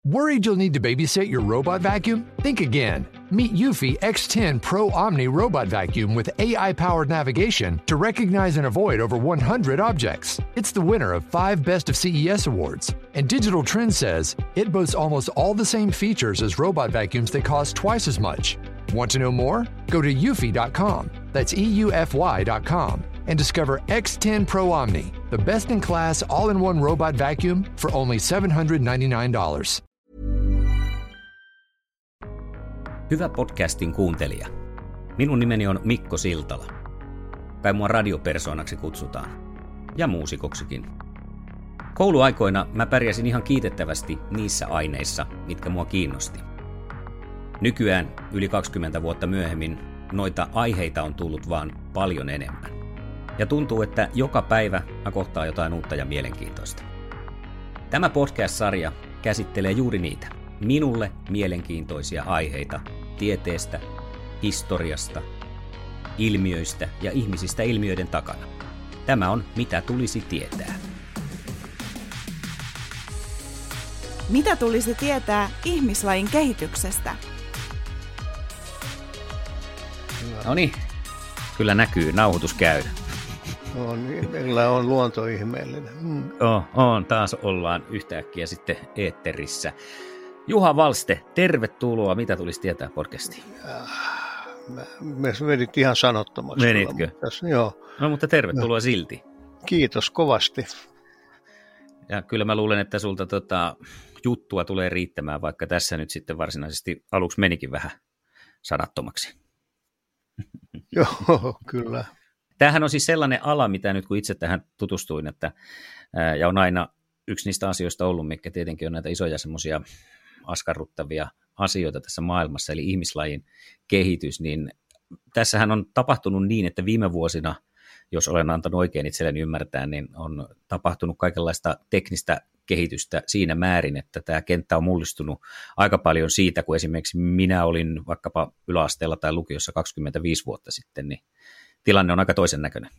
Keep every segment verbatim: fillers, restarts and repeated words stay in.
Worried you'll need to babysit your robot vacuum? Think again. Meet Eufy X ten Pro Omni Robot Vacuum with A I-powered navigation to recognize and avoid over one hundred objects. It's the winner of five Best of C E S awards. And Digital Trends says it boasts almost all the same features as robot vacuums that cost twice as much. Want to know more? Go to eufy dot com. That's E U F Y dot com. And discover X ten Pro Omni, the best-in-class all-in-one robot vacuum for only seven hundred ninety-nine dollars. Hyvä podcastin kuuntelija. Minun nimeni on Mikko Siltala. Kai mua radiopersoonaksi kutsutaan. Ja muusikoksikin. Kouluaikoina mä pärjäsin ihan kiitettävästi niissä aineissa, mitkä mua kiinnosti. Nykyään, yli kaksikymmentä vuotta myöhemmin, noita aiheita on tullut vaan paljon enemmän. Ja tuntuu, että joka päivä mä kohtaan jotain uutta ja mielenkiintoista. Tämä podcast-sarja käsittelee juuri niitä minulle mielenkiintoisia aiheita tieteestä, historiasta, ilmiöistä ja ihmisistä ilmiöiden takana. Tämä on Mitä tulisi tietää. Mitä tulisi tietää ihmislajin kehityksestä? No niin, kyllä näkyy, nauhoitus käydä. On, meillä on luonto ihmeellinen. Mm. Oh, on, taas ollaan yhtäkkiä sitten eetterissä. Juha Valste, tervetuloa. Mitä tulisi tietää podcastiin? Mä, mä vedit ihan sanottomaksi. Menitkö? Mutta, joo. No, mutta tervetuloa no. silti. Kiitos kovasti. Ja kyllä mä luulen, että sulta tota, juttua tulee riittämään, vaikka tässä nyt sitten varsinaisesti aluksi menikin vähän sanattomaksi. Joo, kyllä. Tämähän on siis sellainen ala, mitä nyt kun itse tähän tutustuin, että, ja on aina yksi niistä asioista ollut, mikä tietenkin on näitä isoja semmoisia askarruttavia asioita tässä maailmassa, eli ihmislajin kehitys, niin tässähän on tapahtunut niin, että viime vuosina, jos olen antanut oikein itselleni ymmärtää, niin on tapahtunut kaikenlaista teknistä kehitystä siinä määrin, että tämä kenttä on mullistunut aika paljon siitä, kun esimerkiksi minä olin vaikkapa yläasteella tai lukiossa kaksikymmentäviisi vuotta sitten, niin tilanne on aika toisen näköinen.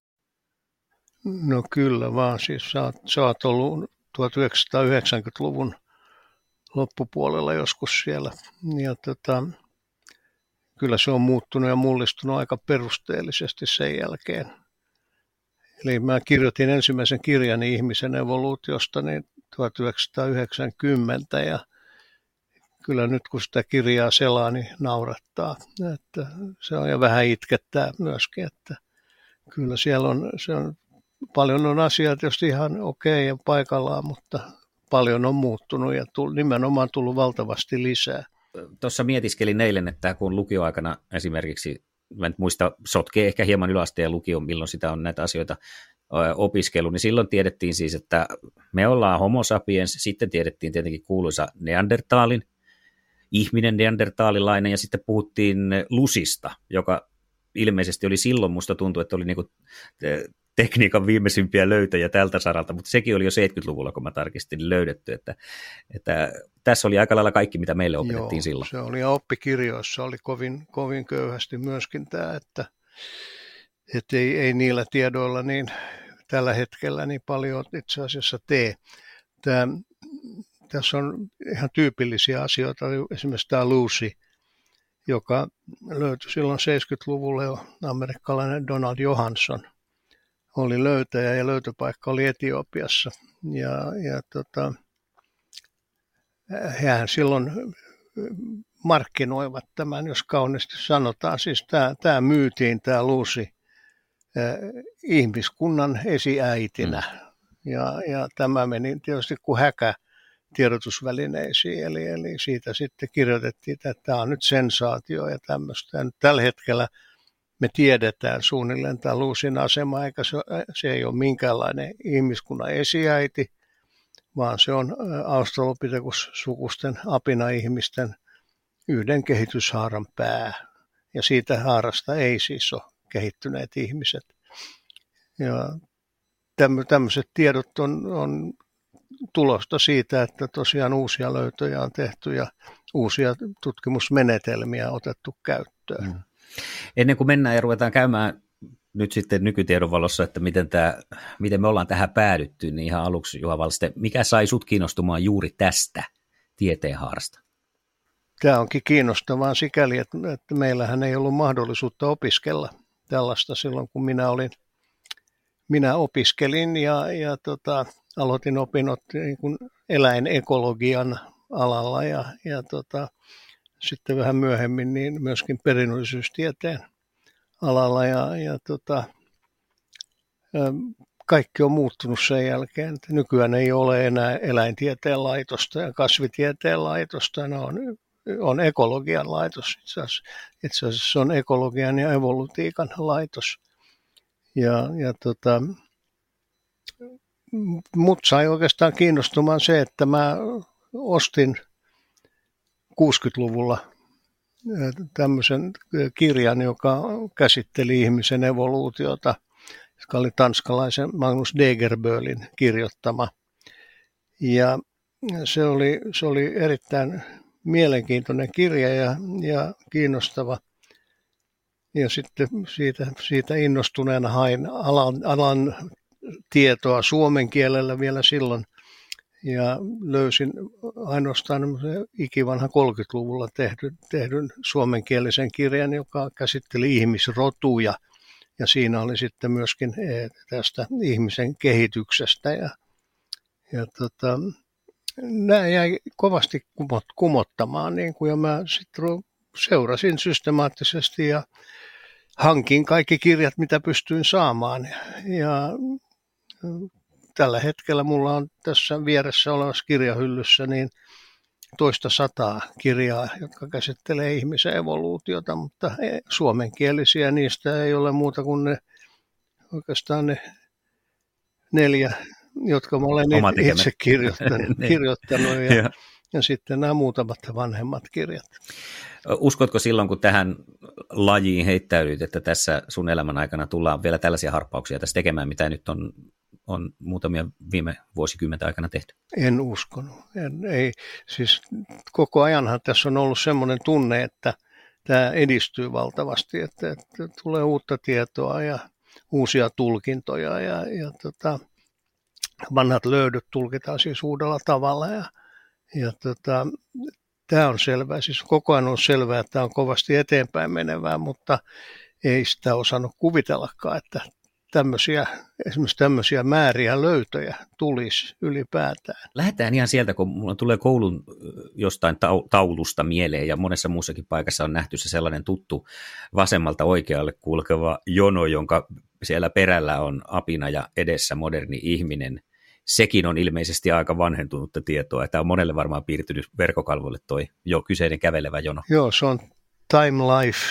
No kyllä vaan, siis sä oot, sä oot ollut tuhatyhdeksänsataayhdeksänkymmentäluvun loppupuolella joskus siellä, ja tota, kyllä se on muuttunut ja mullistunut aika perusteellisesti sen jälkeen. Eli mä kirjoitin ensimmäisen kirjani ihmisen evoluutiosta niin tuhatyhdeksänsataayhdeksänkymmentä, ja kyllä nyt kun sitä kirjaa selaa, niin naurattaa. Että se on ja vähän itkettää myöskin, että kyllä siellä on, se on paljon on asiat tietysti ihan okei ja paikallaan, mutta paljon on muuttunut ja tull, nimenomaan tullut valtavasti lisää. Tuossa mietiskelin eilen, että kun lukioaikana esimerkiksi, mä en muista, sotkee ehkä hieman yläasteen ja lukion, milloin sitä on näitä asioita opiskellut, niin silloin tiedettiin siis, että me ollaan homo sapiens, sitten tiedettiin tietenkin kuuluisa neandertaalin, ihminen neandertaalilainen, ja sitten puhuttiin lusista, joka ilmeisesti oli silloin, musta tuntui, että oli niinku tekniikan viimeisimpiä löytöjä tältä saralta, mutta sekin oli jo seitsemänkymmentäluvulla, kun mä tarkistin, löydetty, että, että tässä oli aika lailla kaikki, mitä meille opetettiin Joo, silloin. Se oli, ja oppikirjoissa oli kovin, kovin köyhästi myöskin tämä, että, että ei, ei niillä tiedoilla niin tällä hetkellä niin paljon itse asiassa tee. Tämä, tässä on ihan tyypillisiä asioita, esimerkiksi tämä Lucy, joka löytyi silloin seitsemänkymmentäluvulla jo, amerikkalainen Donald Johansson oli löytäjä ja löytöpaikka oli Etiopiassa. Ja, ja tota, hän silloin markkinoivat tämän, jos kauniisti sanotaan. Siis tämä, tämä myytiin, tämä Lucy, eh, ihmiskunnan esiäitinä. Mm. Ja, ja tämä meni tietysti kuin häkä tiedotusvälineisiin, eli, eli siitä sitten kirjoitettiin, että tämä on nyt sensaatio ja tämmöistä. Ja nyt tällä hetkellä me tiedetään suunnilleen tämä Lucyn asema, eikä se, se ei ole minkäänlainen ihmiskunnan esiäiti, vaan se on Australopithecus-sukusten apina-ihmisten yhden kehityshaaran pää. Ja siitä haarasta ei siis ole kehittyneet ihmiset. Ja tämmöiset tiedot on, on tulosta siitä, että tosiaan uusia löytöjä on tehty ja uusia tutkimusmenetelmiä otettu käyttöön. Mm. Ennen kuin mennään ja ruvetaan käymään nyt sitten nykytiedon valossa, että miten, tämä, miten me ollaan tähän päädytty, niin ihan aluksi Juha Valste, mikä sai sut kiinnostumaan juuri tästä tieteenhaarasta? Tämä onkin kiinnostavaa sikäli, että, että meillähän ei ollut mahdollisuutta opiskella tällaista silloin, kun minä olin. Minä opiskelin ja, ja tota, aloitin opinnot niin kuin eläinekologian alalla ja, ja tota, sitten vähän myöhemmin niin myöskin perinnöllisyystieteen alalla ja, ja tota, kaikki on muuttunut sen jälkeen. Nykyään ei ole enää eläintieteen laitosta ja kasvitieteen laitosta, ne on, on ekologian laitos. Itse asiassa, itse asiassa se on ekologian ja evolutiikan laitos. Ja, ja tota, mut sai oikeastaan kiinnostumaan se, että mä ostin kuusikymmentäluvulla tämmöisen kirjan, joka käsitteli ihmisen evoluutiota, joka oli tanskalaisen Magnus Degerbölin kirjoittama. Ja se oli, se oli erittäin mielenkiintoinen kirja ja, ja kiinnostava. Ja sitten siitä, siitä innostuneena hain alan, alan tietoa suomen kielellä vielä silloin. Ja löysin ainoastaan ikivanhan kolmekymmentäluvulla tehdyn, tehdyn suomenkielisen kirjan, joka käsitteli ihmisrotuja. Ja siinä oli sitten myöskin tästä ihmisen kehityksestä. Ja, ja tota, nämä jäi kovasti kumot, kumottamaan, niin kuin, ja mä sitten seurasin systemaattisesti ja hankin kaikki kirjat, mitä pystyin saamaan. Ja tällä hetkellä mulla on tässä vieressä olevassa kirjahyllyssä niin toista sataa kirjaa, jotka käsittelee ihmisen evoluutiota, mutta suomenkielisiä niistä ei ole muuta kuin ne oikeastaan ne neljä, jotka mä olen itse kirjoittanut, kirjoittanut ja, ja. ja sitten nämä muutamat vanhemmat kirjat. Uskotko silloin, kun tähän lajiin heittäydyit, että tässä sun elämän aikana tullaan vielä tällaisia harppauksia tässä tekemään, mitä nyt on, on muutamia viime vuosikymmentä aikana tehty? En uskonut. En, ei. Siis koko ajanhan tässä on ollut semmoinen tunne, että tämä edistyy valtavasti, että, että tulee uutta tietoa ja uusia tulkintoja ja, ja tota, vanhat löydöt tulkitaan siis uudella tavalla ja, ja tota, tämä on selvää, siis koko ajan on selvää, että tämä on kovasti eteenpäin menevää, mutta ei sitä osannut kuvitellakaan, että tämmöisiä, esimerkiksi tämmöisiä määriä löytöjä tulisi ylipäätään. Lähdetään ihan sieltä, kun mulla tulee koulun jostain taulusta mieleen ja monessa muussakin paikassa on nähty se sellainen tuttu vasemmalta oikealle kulkeva jono, jonka siellä perällä on apina ja edessä moderni ihminen. Sekin on ilmeisesti aika vanhentunutta tietoa. Tämä on monelle varmaan piirtynyt verkkokalvoille toi jo kyseinen kävelevä jono. Joo, se on Time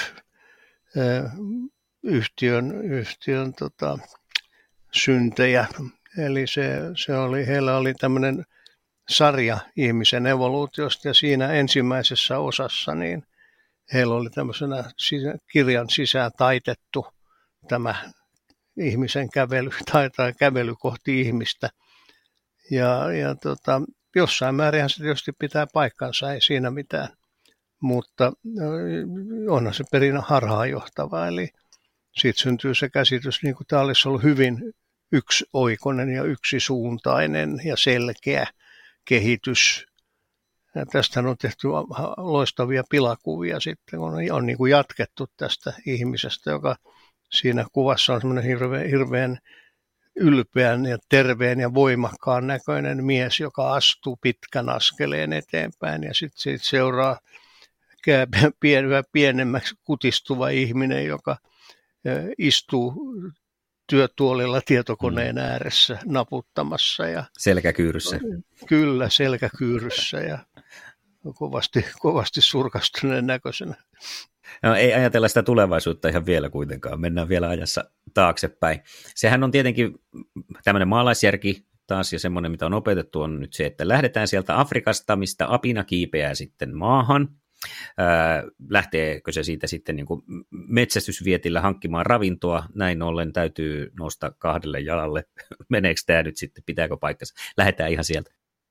Life-yhtiön yhtiön, tota, syntejä. Eli se, se oli, heillä oli tämmöinen sarja ihmisen evoluutiosta ja siinä ensimmäisessä osassa niin heillä oli tämmöisenä kirjan sisään taitettu tämä ihmisen kävely tai, tai kävely kohti ihmistä. Ja, ja tota, jossain määrin se tietysti pitää paikkansa, ei siinä mitään, mutta onhan se perin harhaanjohtava, eli siitä syntyy se käsitys, niin kuin tämä olisi ollut hyvin yksioikoinen ja yksisuuntainen ja selkeä kehitys. Ja tästähän on tehty loistavia pilakuvia sitten, kun on niin kuin jatkettu tästä ihmisestä, joka siinä kuvassa on semmoinen hirveän, hirveän ylpeän ja terveen ja voimakkaan näköinen mies, joka astuu pitkän askeleen eteenpäin ja sitten siitä seuraa pienemmäksi kutistuva ihminen, joka istuu työtuolilla tietokoneen ääressä naputtamassa. Ja, selkäkyyryssä. Kyllä, selkäkyyryssä ja kovasti, kovasti surkastuneen näköisenä. No, ei ajatella sitä tulevaisuutta ihan vielä kuitenkaan, mennään vielä ajassa taaksepäin. Sehän on tietenkin tämmöinen maalaisjärki taas ja semmoinen, mitä on opetettu, on nyt se, että lähdetään sieltä Afrikasta, mistä apina kiipeää sitten maahan. Ää, lähteekö se siitä sitten niin kuin metsästysvietillä hankkimaan ravintoa, näin ollen täytyy nousta kahdelle jalalle. Meneekö tämä nyt sitten, pitääkö paikkansa? Lähdetään ihan sieltä.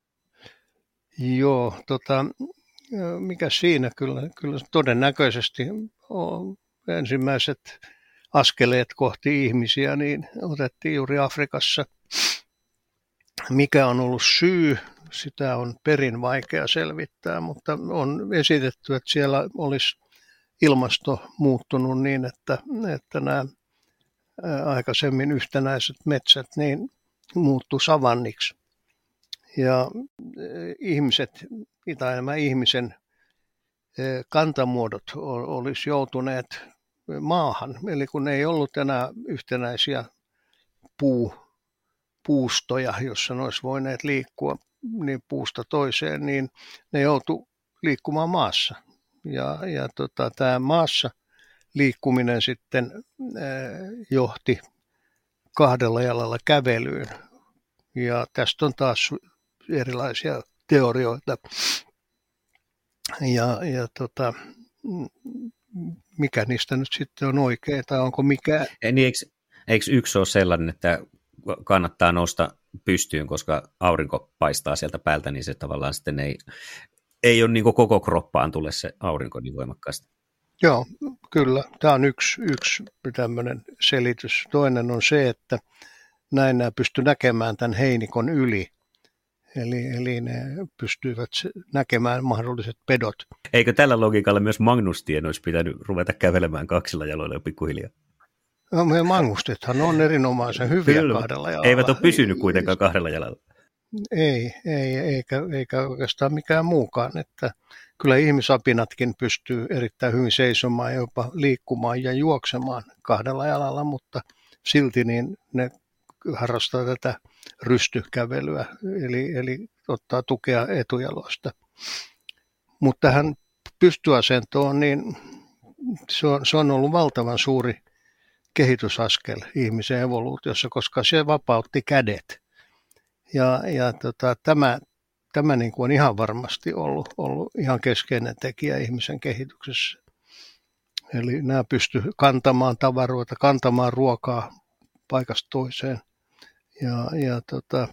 Joo, tota... Mikä siinä kyllä, kyllä todennäköisesti on ensimmäiset askeleet kohti ihmisiä, niin otettiin juuri Afrikassa. Mikä on ollut syy sitä on perin vaikea selvittää, mutta on esitetty, että siellä olisi ilmasto muuttunut niin, että, että nämä aikaisemmin yhtenäiset metsät niin muuttu savanniksi. Ja ihmiset, tai nämä ihmisen kantamuodot olisi joutuneet maahan, eli kun ei ollut enää yhtenäisiä puu, puustoja, jossa ne olisi voineet liikkua niin puusta toiseen, niin ne joutu liikkumaan maassa. Ja, ja tota, tämä maassa liikkuminen sitten äh, johti kahdella jalalla kävelyyn. Ja tästä on taas erilaisia teorioita. Ja, ja tota, mikä niistä nyt sitten on oikein, tai onko mikään? Niin, eikö, eikö yksi ole sellainen, että kannattaa nousta pystyyn, koska aurinko paistaa sieltä päältä, niin se tavallaan sitten ei, ei ole niin kuin koko kroppaan tule se aurinko niin voimakkaasti. Joo, kyllä. Tämä on yksi, yksi tämmöinen selitys. Toinen on se, että näin nämä pysty näkemään tämän heinikon yli. Eli, eli ne pystyivät näkemään mahdolliset pedot. Eikö tällä logiikalla myös Magnustien olisi pitänyt ruveta kävelemään kaksilla jaloilla pikkuhiljaa? No, meidän mangustethan on erinomaisen hyviä Kyllä, kahdella jalalla. Eivät ole pysynyt kuitenkaan kahdella jalalla. Ei, ei eikä, eikä oikeastaan mikään muukaan. Että kyllä ihmisapinatkin pystyy erittäin hyvin seisomaan, jopa liikkumaan ja juoksemaan kahdella jalalla, mutta silti niin ne harrastaa tätä rystykävelyä, eli, eli ottaa tukea etujaloista. Mutta tähän pystyasentoon, niin se on, se on ollut valtavan suuri kehitysaskel ihmisen evoluutiossa, koska se vapautti kädet. Ja, ja tota, tämä, tämä niin kuin on ihan varmasti ollut, ollut ihan keskeinen tekijä ihmisen kehityksessä. Eli nämä pystyvät kantamaan tavaroita, kantamaan ruokaa paikasta toiseen ja, ja tota,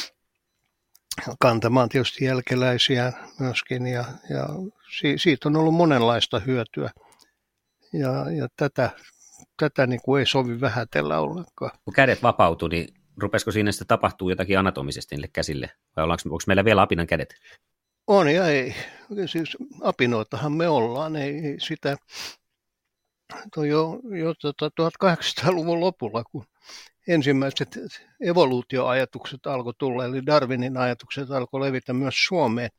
kantamaan tietysti jälkeläisiään myöskin. Ja, ja siitä on ollut monenlaista hyötyä ja, ja tätä, tätä niin kuin ei sovi vähätellä ollenkaan. Kun kädet vapautui, niin rupesiko siinä sitten tapahtuu jotakin anatomisesti niille käsille? Vai ollaanko, onko meillä vielä apinan kädet? On ja ei. Siis apinoitahan me ollaan. Ei sitä toi jo, jo tota tuhatkahdeksansataaluvun lopulla, kun ensimmäiset evoluutioajatukset alkoi tulla, eli Darwinin ajatukset alkoi levitä myös Suomeen,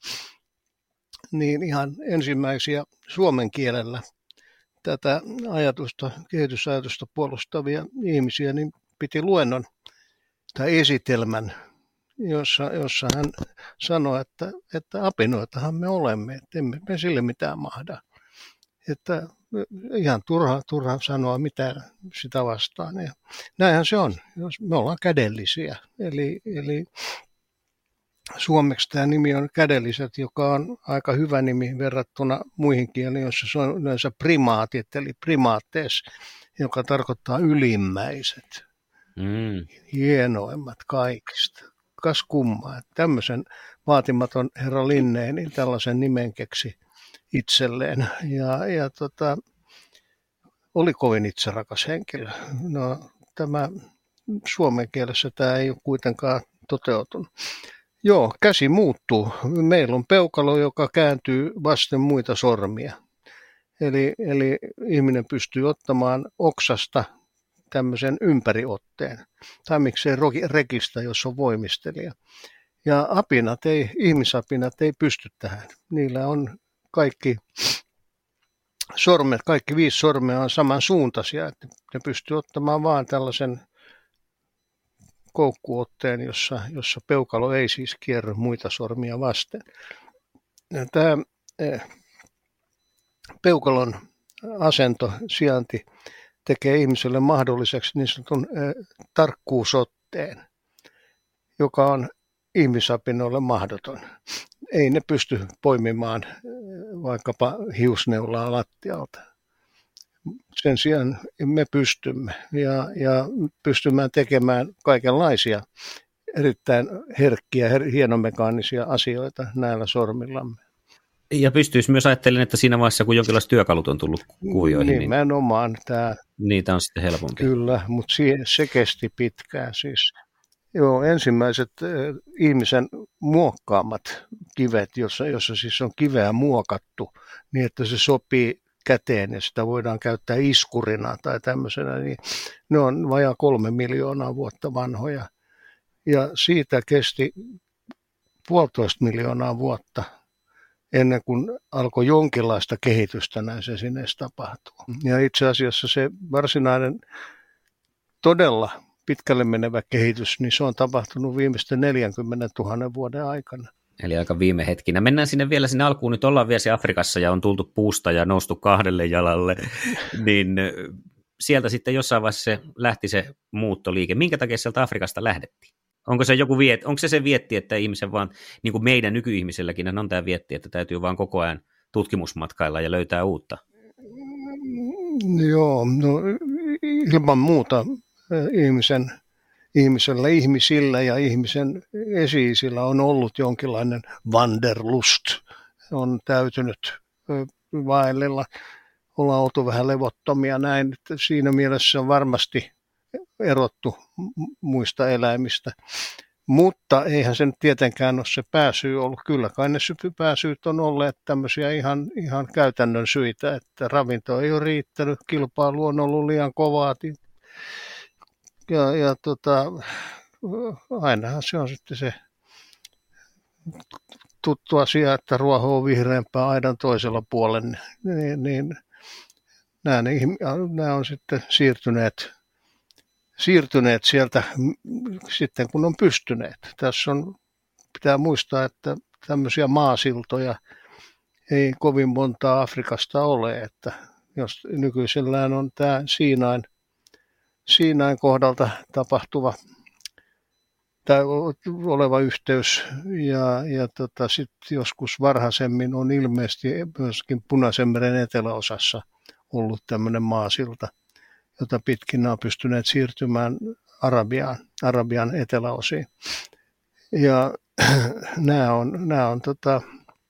niin ihan ensimmäisiä suomen kielellä tätä ajatusta, kehitysajatusta puolustavia ihmisiä, niin piti luennon tai esitelmän, jossa, jossa hän sanoi, että, että apinoitahan me olemme, että emme me sille mitään mahda. Että ihan turha, turha sanoa mitään sitä vastaan. Ja näinhän se on, jos me ollaan kädellisiä. Eli, eli suomeksi tämä nimi on kädelliset, joka on aika hyvä nimi verrattuna muihin kieliin, joissa se on yleensä primaatit, eli primaattees, joka tarkoittaa ylimmäiset. Mm. Hienoimmat kaikista. Kas kummaa, että tämmöisen vaatimaton herra Linné niin tällaisen nimen keksi itselleen. Ja, ja tota, oli kovin itserakas henkilö. No, tämä suomen kielessä tämä ei ole kuitenkaan toteutunut. Joo, käsi muuttuu. Meillä on peukalo, joka kääntyy vasten muita sormia. Eli, eli ihminen pystyy ottamaan oksasta tämmöisen ympäriotteen, tai miksei rekistä, jos on voimistelija. Ja apinat ei, ihmisapinat ei pysty tähän. Niillä on kaikki sormet, kaikki viisi sormea on samansuuntaisia, että ne pystyy ottamaan vaan tällaisen koukkuotteen, jossa, jossa peukalo ei siis kierry muita sormia vasten. Ja tämä eh, peukalon asento, sijainti, tekee ihmiselle mahdolliseksi niin sanotun eh, tarkkuusotteen, joka on ihmisapinoille mahdoton. Ei ne pysty poimimaan eh, vaikkapa hiusneulaa lattialta. Sen sijaan me pystymme ja, ja pystymään tekemään kaikenlaisia erittäin herkkiä, her, hienomekaanisia asioita näillä sormillamme. Ja pystyisi myös ajattelemaan, että siinä vaiheessa, kun jonkinlaiset työkalut on tullut kuvioihin, nimenomaan niin tämä, niitä on sitten helpompi. Kyllä, mutta se, se kesti pitkään siis. Joo, ensimmäiset ihmisen muokkaamat kivet, jossa, jossa siis on kiveä muokattu niin, että se sopii käteen ja sitä voidaan käyttää iskurina tai tämmöisenä, niin ne on vajaa kolme miljoonaa vuotta vanhoja. Ja siitä kesti puolitoista miljoonaa vuotta ennen kuin alkoi jonkinlaista kehitystä näissä esineissä tapahtuu. Ja itse asiassa se varsinainen todella pitkälle menevä kehitys, niin se on tapahtunut viimeisten neljäkymmentätuhatta vuoden aikana. Eli aika viime hetkinä. Mennään sinne vielä sinne alkuun. Nyt ollaan vielä Afrikassa ja on tultu puusta ja noustu kahdelle jalalle. niin sieltä sitten jossain vaiheessa se lähti se muuttoliike. Minkä takia sieltä Afrikasta lähdettiin? Onko se joku viet, onko se se vietti, että ihmisen vaan, niin kuin meidän nykyihmiselläkin on tämä vietti, että täytyy vaan koko ajan tutkimusmatkailla ja löytää uutta? Joo, no ilman muuta ihmisen, ihmisellä, ihmisillä ja ihmisen esi-isillä on ollut jonkinlainen wanderlust. On täytynyt vaellella, ollaan oltu vähän levottomia näin, että siinä mielessä on varmasti erottu muista eläimistä. Mutta eihän se nyt tietenkään ole se pääsyy ollut. Kyllä kai ne pääsyyt on olleet tämmöisiä ihan, ihan käytännön syitä, että ravinto ei ole riittänyt, kilpailu on ollut liian kovaa. Ja, ja tota, ainahan se on sitten se tuttu asia, että ruoho on vihreämpää aidan toisella puolella, niin, niin nämä, nämä on sitten siirtyneet, siirtyneet sieltä sitten, kun on pystyneet. Tässä on, pitää muistaa, että tämmöisiä maasiltoja ei kovin montaa Afrikasta ole, että jos nykyisellään on tämä Siinain Siinain kohdalta tapahtuva tai oleva yhteys ja, ja tota, sitten joskus varhaisemmin on ilmeisesti myöskin Punaisen meren eteläosassa ollut tämmöinen maasilta, jota pitkin on pystyneet siirtymään Arabiaan, Arabian eteläosiin. Ja nämä on, nämä on tota,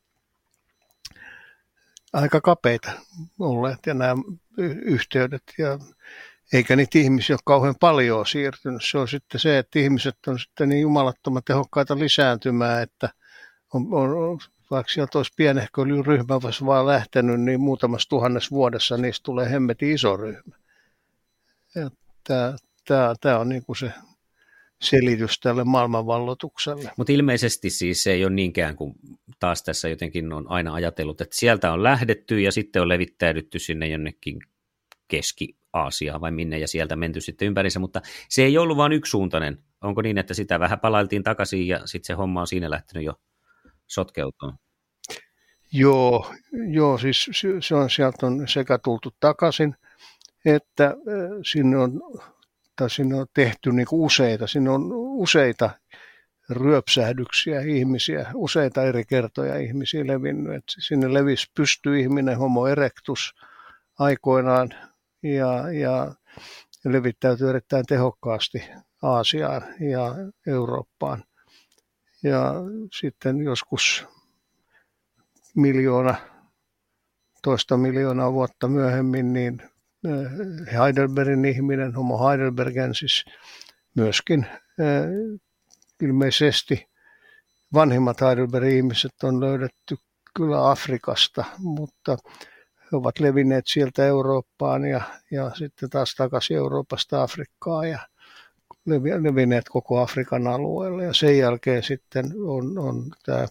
aika kapeita olleet ja nämä yhteydet ja eikä niitä ihmisiä ole kauhean paljon siirtynyt. Se on sitten se, että ihmiset on sitten niin jumalattoman tehokkaita lisääntymään, että on, on, vaikka sieltä olisi pienehkö ryhmä olisi vaan lähtenyt, niin muutamassa tuhannessa vuodessa niistä tulee hemmetin iso ryhmä. Tämä, tämä, tämä on niin kuin se selitys tälle maailmanvalloitukselle. Mutta ilmeisesti siis se ei ole niinkään kuin taas tässä jotenkin on aina ajatellut, että sieltä on lähdetty ja sitten on levittäydytty sinne jonnekin Keski-Aasiaan vai minne ja sieltä menty sitten ympärissä, mutta se ei ollut vain yksisuuntainen. Onko niin, että sitä vähän palailtiin takaisin ja sitten se homma on siinä lähtenyt jo sotkeutumaan? Joo, joo, siis se on, sieltä on sekä tultu takaisin, että sinne on, tai sinne on tehty niin kuin useita, sinne on useita ryöpsähdyksiä ihmisiä, useita eri kertoja ihmisiä levinnyt. Et sinne levisi pystyihminen, homo erectus aikoinaan ja, ja levittäytyi erittäin tehokkaasti Aasiaan ja Eurooppaan. Ja sitten joskus miljoona, toista miljoonaa vuotta myöhemmin, niin Heidelbergin ihminen, homo heidelbergensis, myöskin ilmeisesti vanhimmat Heidelbergin ihmiset on löydetty kyllä Afrikasta, mutta he ovat levinneet sieltä Eurooppaan ja, ja sitten taas takaisin Euroopasta Afrikkaan ja levinneet koko Afrikan alueelle. Ja sen jälkeen sitten on, on tämä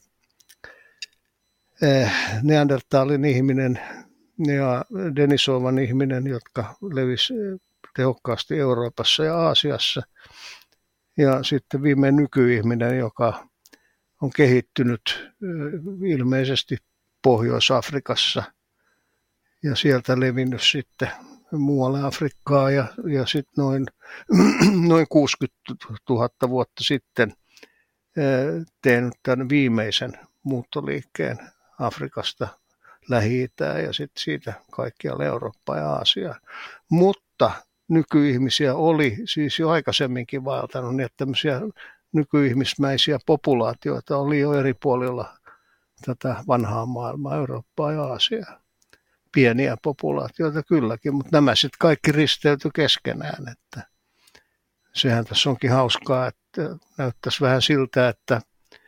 Neandertalin ihminen ja Denisovan ihminen, jotka levisi tehokkaasti Euroopassa ja Aasiassa. Ja sitten viimein nykyihminen, joka on kehittynyt ilmeisesti Pohjois-Afrikassa ja sieltä levinnyt sitten muualle Afrikkaan ja, ja sitten noin, noin kuusikymmentätuhatta vuotta sitten tehnyt tämän viimeisen muuttoliikkeen Afrikasta Lähi-Itään ja sitten siitä kaikkialle Eurooppaan ja Aasiaan. Mutta nykyihmisiä oli siis jo aikaisemminkin vaeltanut, niin että tämmöisiä nykyihmismäisiä populaatioita oli jo eri puolilla tätä vanhaa maailmaa, Eurooppaa ja Aasiaa. Pieniä populaatioita kylläkin, mutta nämä sitten kaikki risteytyi keskenään. Että sehän tässä onkin hauskaa, että että näyttäisi vähän siltä, että,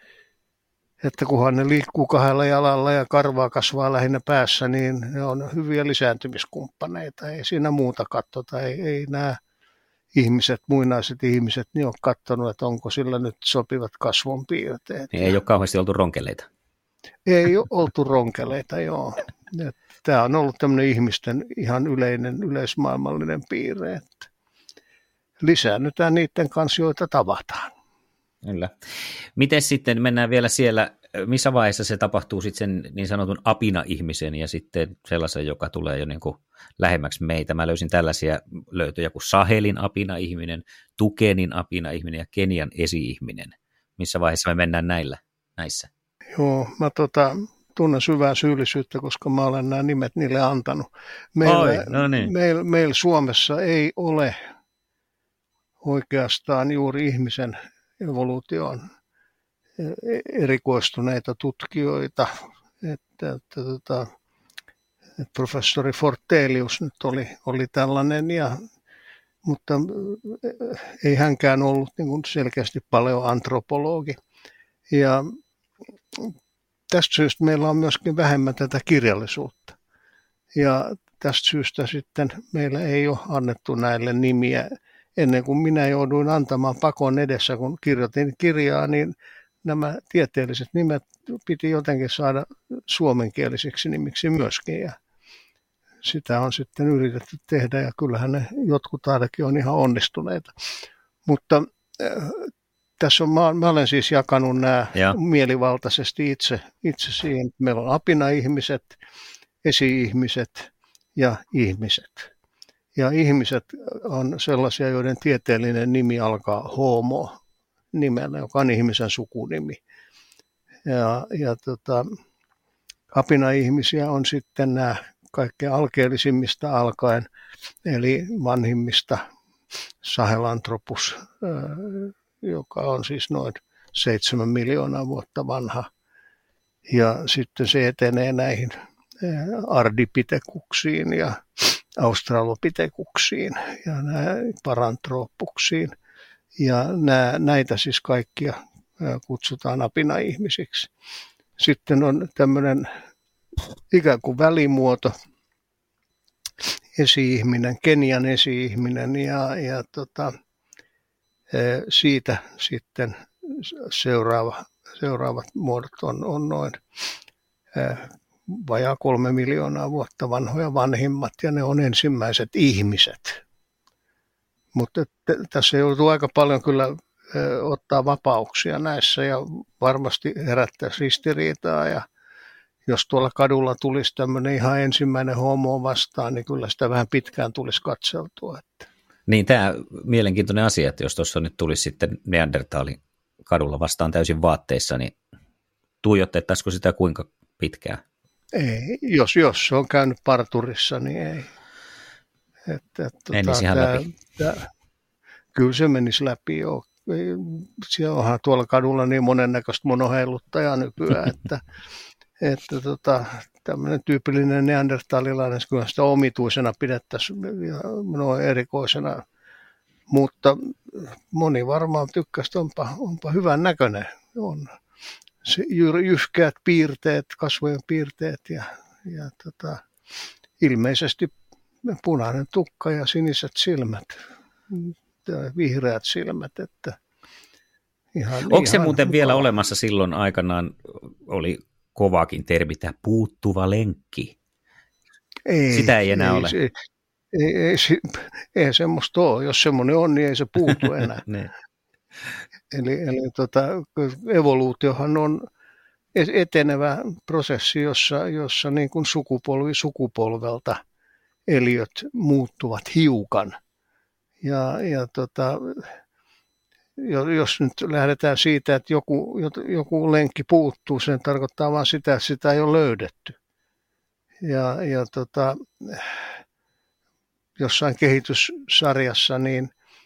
että kunhan ne liikkuu kahdella jalalla ja karvaa kasvaa lähinnä päässä, niin ne on hyviä lisääntymiskumppaneita. Ei siinä muuta katsota, ei, ei nämä ihmiset, muinaiset ihmiset, niin ole katsonut, että onko sillä nyt sopivat kasvonpiirteet. Niin ei ole kauheasti oltu ronkeleita. Ei ole oltu ronkeleita, joo. Tämä on ollut tämmöinen ihmisten ihan yleinen, yleismaailmallinen piirre, että lisäännytään niiden kanssa, joita tavataan. Kyllä. Miten sitten mennään vielä siellä, missä vaiheessa se tapahtuu sitten sen niin sanotun apina-ihmisen ja sitten sellaisen, joka tulee jo niin kuin lähemmäksi meitä. Mä löysin tällaisia löytöjä kuin Sahelin apina-ihminen, Tukenin apina-ihminen ja Kenian esi-ihminen. Missä vaiheessa me mennään näillä, näissä? Joo, mä tota, tunnen syvää syyllisyyttä, koska mä olen nämä nimet niille antanut. Meillä, Oi, no niin. meillä, meillä Suomessa ei ole oikeastaan juuri ihmisen evoluutioon erikoistuneita tutkijoita, että, että, että, että professori Fortelius nyt oli, oli tällainen, ja, mutta ei hänkään ollut niin kuin selkeästi paleoantropologi. Ja tästä syystä meillä on myöskin vähemmän tätä kirjallisuutta. Ja tästä syystä sitten meillä ei ole annettu näille nimiä. Ennen kuin minä jouduin antamaan pakon edessä, kun kirjoitin kirjaa, niin nämä tieteelliset nimet piti jotenkin saada suomenkielisiksi nimiksi myöskin. Ja sitä on sitten yritetty tehdä, ja kyllähän ne jotkut ainakin on ihan onnistuneita. Mutta äh, tässä on, mä, mä olen siis jakanut nämä ja. mielivaltaisesti itse, itse siihen. Meillä on apina-ihmiset, esi-ihmiset ja ihmiset. Ja ihmiset on sellaisia, joiden tieteellinen nimi alkaa homo nimellä, joka on ihmisen sukunimi. Ja, ja tota, apina-ihmisiä on sitten nämä kaikkein alkeellisimmista alkaen, eli vanhimmista Sahelanthropus, joka on siis noin seitsemän miljoonaa vuotta vanha. Ja sitten se etenee näihin ardipitekuksiin ja australopitekuksiin ja parantrooppuksiin. Ja nää, näitä siis kaikkia kutsutaan apina-ihmisiksi. Sitten on tämmöinen ikään kuin välimuoto, esi-ihminen, Kenian esi-ihminen, ja, ja tota, siitä sitten seuraava, seuraavat muodot on, on noin vajaa kolme miljoonaa vuotta vanhoja vanhimmat, ja ne on ensimmäiset ihmiset. Mutta t- tässä joutuu aika paljon kyllä ö, ottaa vapauksia näissä, ja varmasti herättää ristiriitaa, ja jos tuolla kadulla tulisi tämmöinen ihan ensimmäinen homo vastaan, niin kyllä sitä vähän pitkään tulisi katseltua. Että. Niin, tämä mielenkiintoinen asia, että jos tuossa nyt tulisi sitten Neandertali kadulla vastaan täysin vaatteissa, niin tuijotettaisiko sitä kuinka pitkään? Ei, jos, jos se on käynyt parturissa, niin ei. Että, menisi ihan tää, läpi. Tää, kyllä se menisi läpi, joo. Siellä onhan tuolla kadulla niin monennäköistä monoheiluttajaa nykyään, että, että tota, tämmöinen tyypillinen neandertalilainen, kyllä sitä omituisena pidettäisiin noin erikoisena, mutta moni varmaan tykkäsi, että onpa, onpa hyvän näköinen. On se jyhkeät piirteet, kasvojen piirteet ja, ja tota, ilmeisesti punainen tukka ja siniset silmät, vihreät silmät, että ihan, onko se ihan muuten mukava. Vielä olemassa silloin aikanaan, oli kovakin termi, tämä puuttuva lenkki? Ei, sitä ei enää ei, ole. Se, ei, ei, ei, ei semmoista ole. Jos semmoinen on, niin ei se puutu enää. eli eli tota, evoluutiohan on etenevä prosessi, jossa, jossa niin kuin sukupolvi sukupolvelta eliöt muuttuvat hiukan. Ja, ja tota, jos nyt lähdetään siitä, että joku, joku lenkki puuttuu, sen tarkoittaa vain sitä, että sitä ei ole löydetty. Ja, ja tota, jossain kehityssarjassa, niin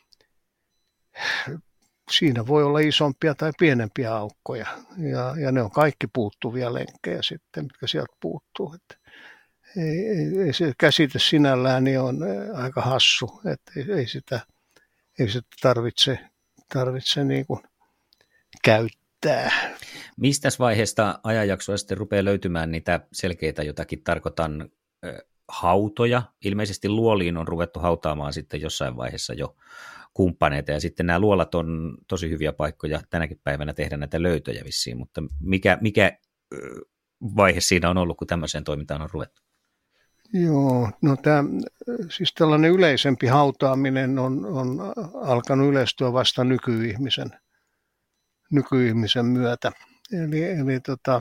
siinä voi olla isompia tai pienempiä aukkoja. Ja, ja ne on kaikki puuttuvia lenkkejä sitten, mitkä sieltä puuttuu. Että ei, ei, ei se käsite sinällään niin on aika hassu, että ei, ei, sitä, ei sitä tarvitse tarvitse niin kuin käyttää. Mistäs vaiheesta ajanjaksoa sitten rupeaa löytymään niitä selkeitä jotakin, tarkoitan hautoja? Ilmeisesti luoliin on ruvettu hautaamaan sitten jossain vaiheessa jo kumppaneita, ja sitten nämä luolat on tosi hyviä paikkoja tänäkin päivänä tehdä näitä löytöjä vissiin, mutta mikä, mikä vaihe siinä on ollut, kun tämmöiseen toimintaan on ruvettu? Joo, no tämä, siis tällainen yleisempi hautaaminen on, on alkanut yleistyä vasta nykyihmisen, nykyihmisen myötä. Eli, eli tota,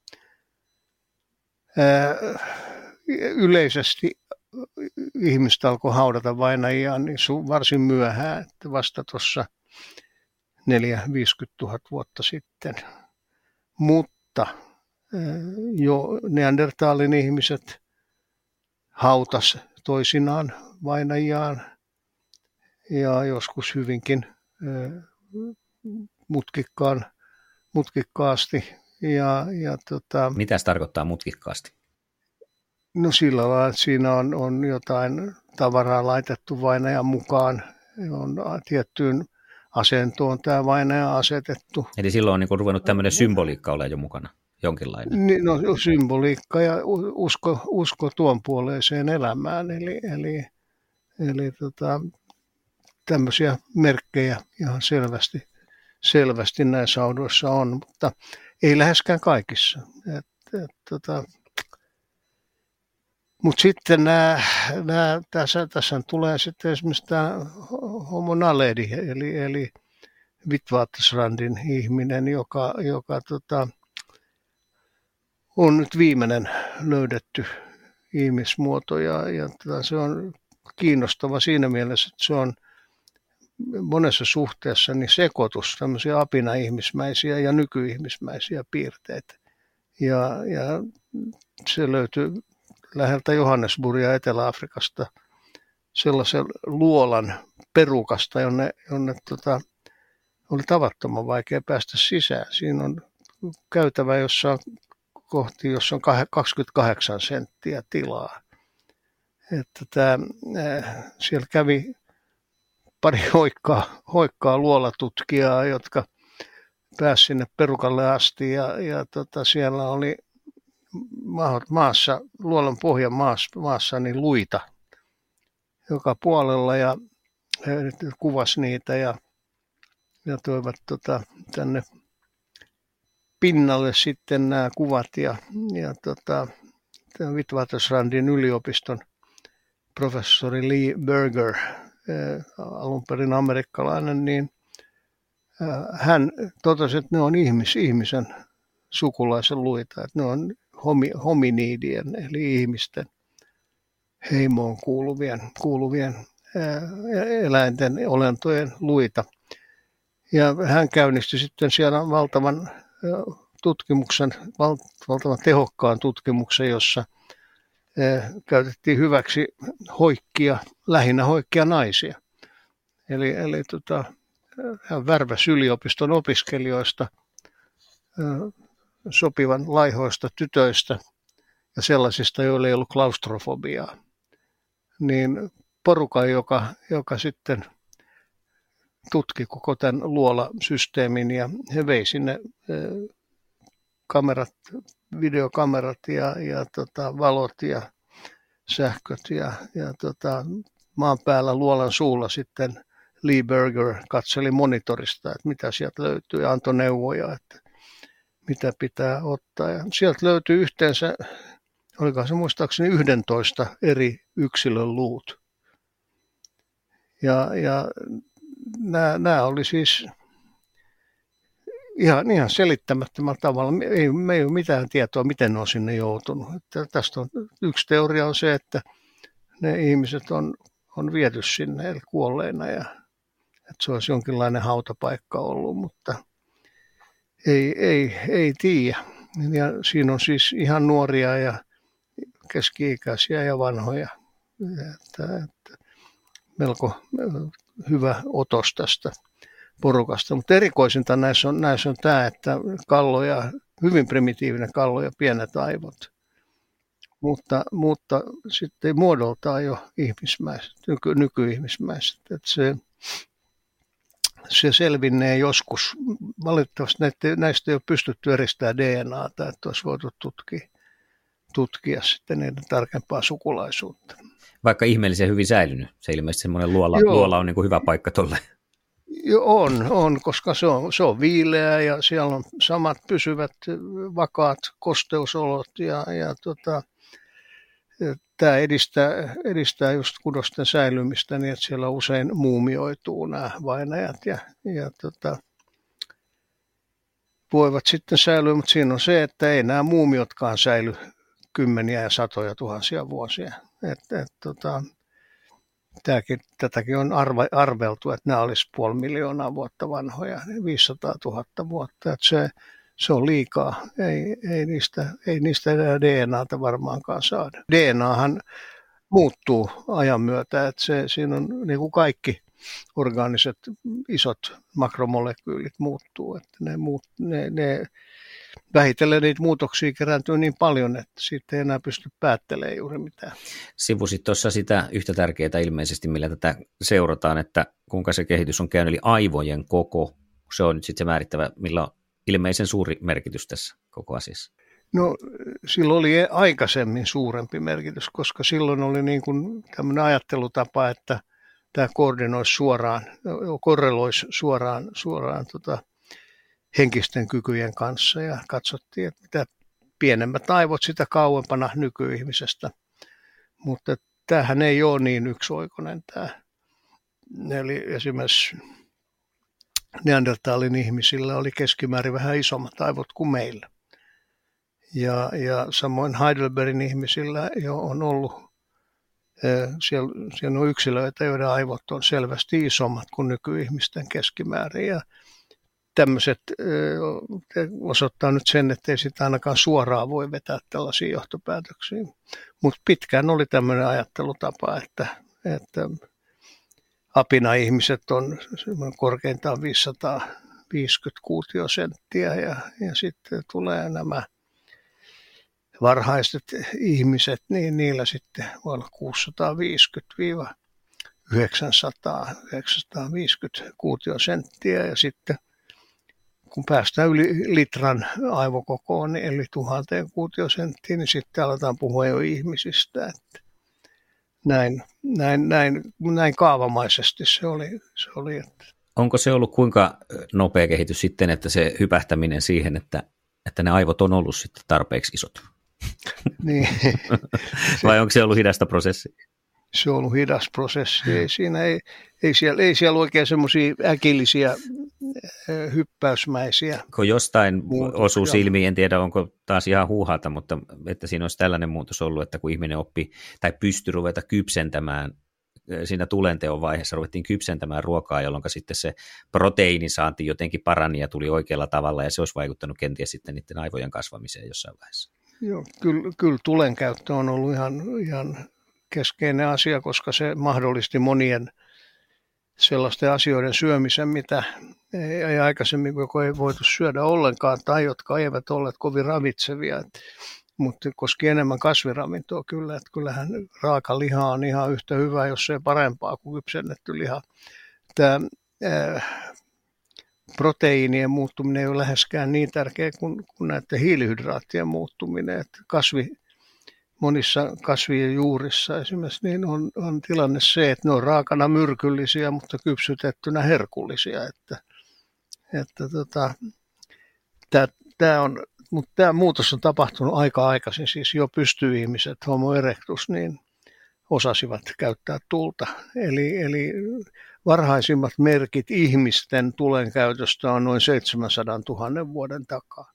ää, yleisesti ihmiset alkoi haudata vainajiaan niin varsin myöhään, että vasta tuossa neljä viisikymmentätuhatta vuotta sitten. Mutta jo Neandertalin ihmiset hautas toisinaan vainajiaan ja joskus hyvinkin mutkikkaan, mutkikkaasti. Ja, ja tota, mitä se tarkoittaa mutkikkaasti? No sillä lailla, että siinä on, on jotain tavaraa laitettu vainajan mukaan, on tiettyyn asentoon tämä vainaja asetettu. Eli silloin on niin ruvennut tämmöinen symboliikka olemaan jo mukana, jonkinlainen. Niin, no symboliikka ja usko, usko tuon puoleiseen elämään, eli, eli, eli tota, tämmöisiä merkkejä ihan selvästi, selvästi näissä haudoissa on, mutta ei läheskään kaikissa. Et, et, tota, Mutta sitten nämä, nämä, tässä, tässä tulee sitten esimerkiksi tämä homo naledi, eli, eli Witwatersrandin ihminen, joka, joka tota, on nyt viimeinen löydetty ihmismuoto. Ja, ja tota, se on kiinnostava siinä mielessä, että se on monessa suhteessa niin sekoitus tämmöisiä apina-ihmismäisiä ja nykyihmismäisiä piirteitä. Ja, ja se löytyy läheltä Johannesburgia Etelä-Afrikasta sellaisen luolan perukasta, jonne, jonne tota, oli tavattoman vaikea päästä sisään. Siinä on käytävä, jossa on kohti, jossa on kaksikymmentäkahdeksan senttiä tilaa. Että tämä, siellä kävi pari hoikkaa, hoikkaa luolatutkijaa, jotka pääsivät sinne perukalle asti ja, ja tota, siellä oli maassa, luolan pohjan maassa, maassa niin luita joka puolella ja he kuvasi niitä ja, ja toivat tota, tänne pinnalle sitten nämä kuvat ja, ja tota, Witwatersrandin yliopiston professori Lee Berger, alun perin amerikkalainen, niin hän totesi, että ne on ihmis, ihmisen sukulaisen luita, että ne on hominidien eli ihmisten heimoon kuuluvien, kuuluvien eläinten, olentojen luita. Ja hän käynnisti sitten siellä valtavan tutkimuksen, valtavan tehokkaan tutkimuksen, jossa käytettiin hyväksi hoikkia, lähinnä hoikkia naisia. Eli, eli tota, hän värväsi yliopiston opiskelijoista sopivan laihoista tytöistä ja sellaisista, joilla ei ollut klaustrofobiaa. Niin porukan, joka, joka sitten tutki koko tämän luolasysteemin ja he vei sinne kamerat, videokamerat ja, ja tota, valot ja sähköt ja, ja tota, maan päällä luolan suulla sitten Lee Berger katseli monitorista, että mitä sieltä löytyy ja antoi neuvoja, että mitä pitää ottaa. Ja sieltä löytyy yhteensä, olikohan se muistaakseni yksitoista eri yksilön luut. Ja, ja nämä, nämä oli siis ihan, ihan selittämättömällä tavalla. Ei, me ei ole mitään tietoa, miten ne on sinne joutunut. Että tästä on, yksi teoria on se, että ne ihmiset on, on viety sinne eli kuolleina ja että se olisi jonkinlainen hautapaikka ollut, mutta ei, ei, ei tiedä. Ja siinä on siis ihan nuoria ja keski-ikäisiä ja vanhoja. Että, että melko hyvä otos tästä porukasta. Mutta erikoisinta näissä on, näissä on tämä, että kalloja, hyvin primitiivinen kallo ja pienet aivot. Mutta, mutta sitten muodoltaan jo ihmismäiset, nyky, nykyihmismäiset. Että se se selvinnee joskus. Valitettavasti näitä, näistä ei ole pystytty eristämään D N A:ta, että olisi voitu tutkia, tutkia sitten niiden tarkempaa sukulaisuutta. Vaikka ihmeellisen hyvin säilynyt. Se ilmeisesti semmoinen luola, luola on niin kuin hyvä paikka tuolle. Joo, on, on, koska se on, se on viileä ja siellä on samat pysyvät vakaat kosteusolot ja, ja tota, tämä edistää, edistää just kudosten säilymistä niin, että siellä usein muumioituu nämä vainajat ja, ja tota, voivat sitten säilyä, mutta siinä on se, että ei nämä muumiotkaan säily kymmeniä ja satoja tuhansia vuosia. Et, et, tota, tämäkin, tätäkin on arva, arveltu, että nämä olisi puoli miljoonaa vuotta vanhoja, viisisataatuhatta vuotta. Et se, se on liikaa, ei, ei, niistä, ei niistä enää D N A:ta varmaankaan saada. D N Ahan muuttuu ajan myötä, että se, siinä on niin kuin kaikki orgaaniset isot makromolekyylit muuttuu, että ne, muut, ne, ne vähitellen niitä muutoksia kerääntyy niin paljon, että siitä ei enää pysty päättelemään juuri mitään. Sivusit tuossa sitä yhtä tärkeää ilmeisesti, millä tätä seurataan, että kuinka se kehitys on käynyt, eli aivojen koko, se on nyt sitten se määrittävä, millä on ilmeisen suuri merkitys tässä koko asiassa. No silloin oli aikaisemmin suurempi merkitys, koska silloin oli niin kuin tämmöinen ajattelutapa, että tämä koordinoisi suoraan, korreloisi suoraan, suoraan tota, henkisten kykyjen kanssa ja katsottiin, että mitä pienemmät aivot sitä kauempana nykyihmisestä. Mutta tämähän ei ole niin yksioikoinen tämä. Eli esimerkiksi Neandertalin ihmisillä oli keskimäärin vähän isommat aivot kuin meillä. Ja, ja samoin Heidelbergin ihmisillä jo on ollut, siellä, siellä on yksilöitä, joiden aivot on selvästi isommat kuin nykyihmisten keskimäärin. Ja tämmöiset osoittaa nyt sen, että ei sitä ainakaan suoraan voi vetää tällaisia johtopäätöksiä. Mutta pitkään oli tämmöinen ajattelutapa, että, että apina-ihmiset on korkeintaan viisisataaviisikymmentä kuutiosenttiä ja, ja sitten tulee nämä varhaiset ihmiset, niin niillä sitten voi olla kuusisataaviisikymmentä yhdeksänsataa, yhdeksänsataaviisikymmentä kuutiosenttiä ja sitten kun päästään yli litran aivokokoon, eli tuhanteen kuutiosenttiin, niin sitten aletaan puhua jo ihmisistä. Että näin, näin, näin, näin kaavamaisesti se oli. Se oli että. Onko se ollut kuinka nopea kehitys sitten, että se hypähtäminen siihen, että, että ne aivot on ollut sitten tarpeeksi isot? Niin. Vai onko se ollut hidasta prosessia? Se on ollut hidas prosessi. Ei, siinä ei, ei, siellä, ei siellä oikein semmoisia äkillisiä hyppäysmäisiä. Kun jostain osuu silmiin, en tiedä onko taas ihan huuhata, mutta että siinä olisi tällainen muutos ollut, että kun ihminen oppi tai pystyi ruveta kypsentämään, siinä tulenteon vaiheessa ruvettiin kypsentämään ruokaa, jolloin sitten se proteiinisaanti jotenkin parani ja tuli oikealla tavalla ja se olisi vaikuttanut kenties sitten niiden aivojen kasvamiseen jossain vaiheessa. Joo, kyllä, kyllä tulen käyttö on ollut ihan, ihan keskeinen asia, koska se mahdollisti monien sellaisten asioiden syömisen, mitä ei aikaisemmin joko ei voitu syödä ollenkaan tai jotka eivät olleet kovin ravitsevia, mutta koski enemmän kasviravintoa kyllä, että kyllähän raaka liha on ihan yhtä hyvä, jos ei parempaa kuin kypsennetty liha. Tämä äh, proteiinien muuttuminen ei ole läheskään niin tärkeä kuin, kuin näiden hiilihydraattien muuttuminen, että kasvi monissa kasvien juurissa esimerkiksi niin on, on tilanne se, että ne on raakana myrkyllisiä, mutta kypsytettynä herkullisia. Että, että tota, tää, tää on, mutta tämä muutos on tapahtunut aika aikaisin, siis jo pystyihmiset, homo erectus, niin osasivat käyttää tulta. Eli, eli varhaisimmat merkit ihmisten tulen käytöstä on noin seitsemänsadantuhannen vuoden takaa.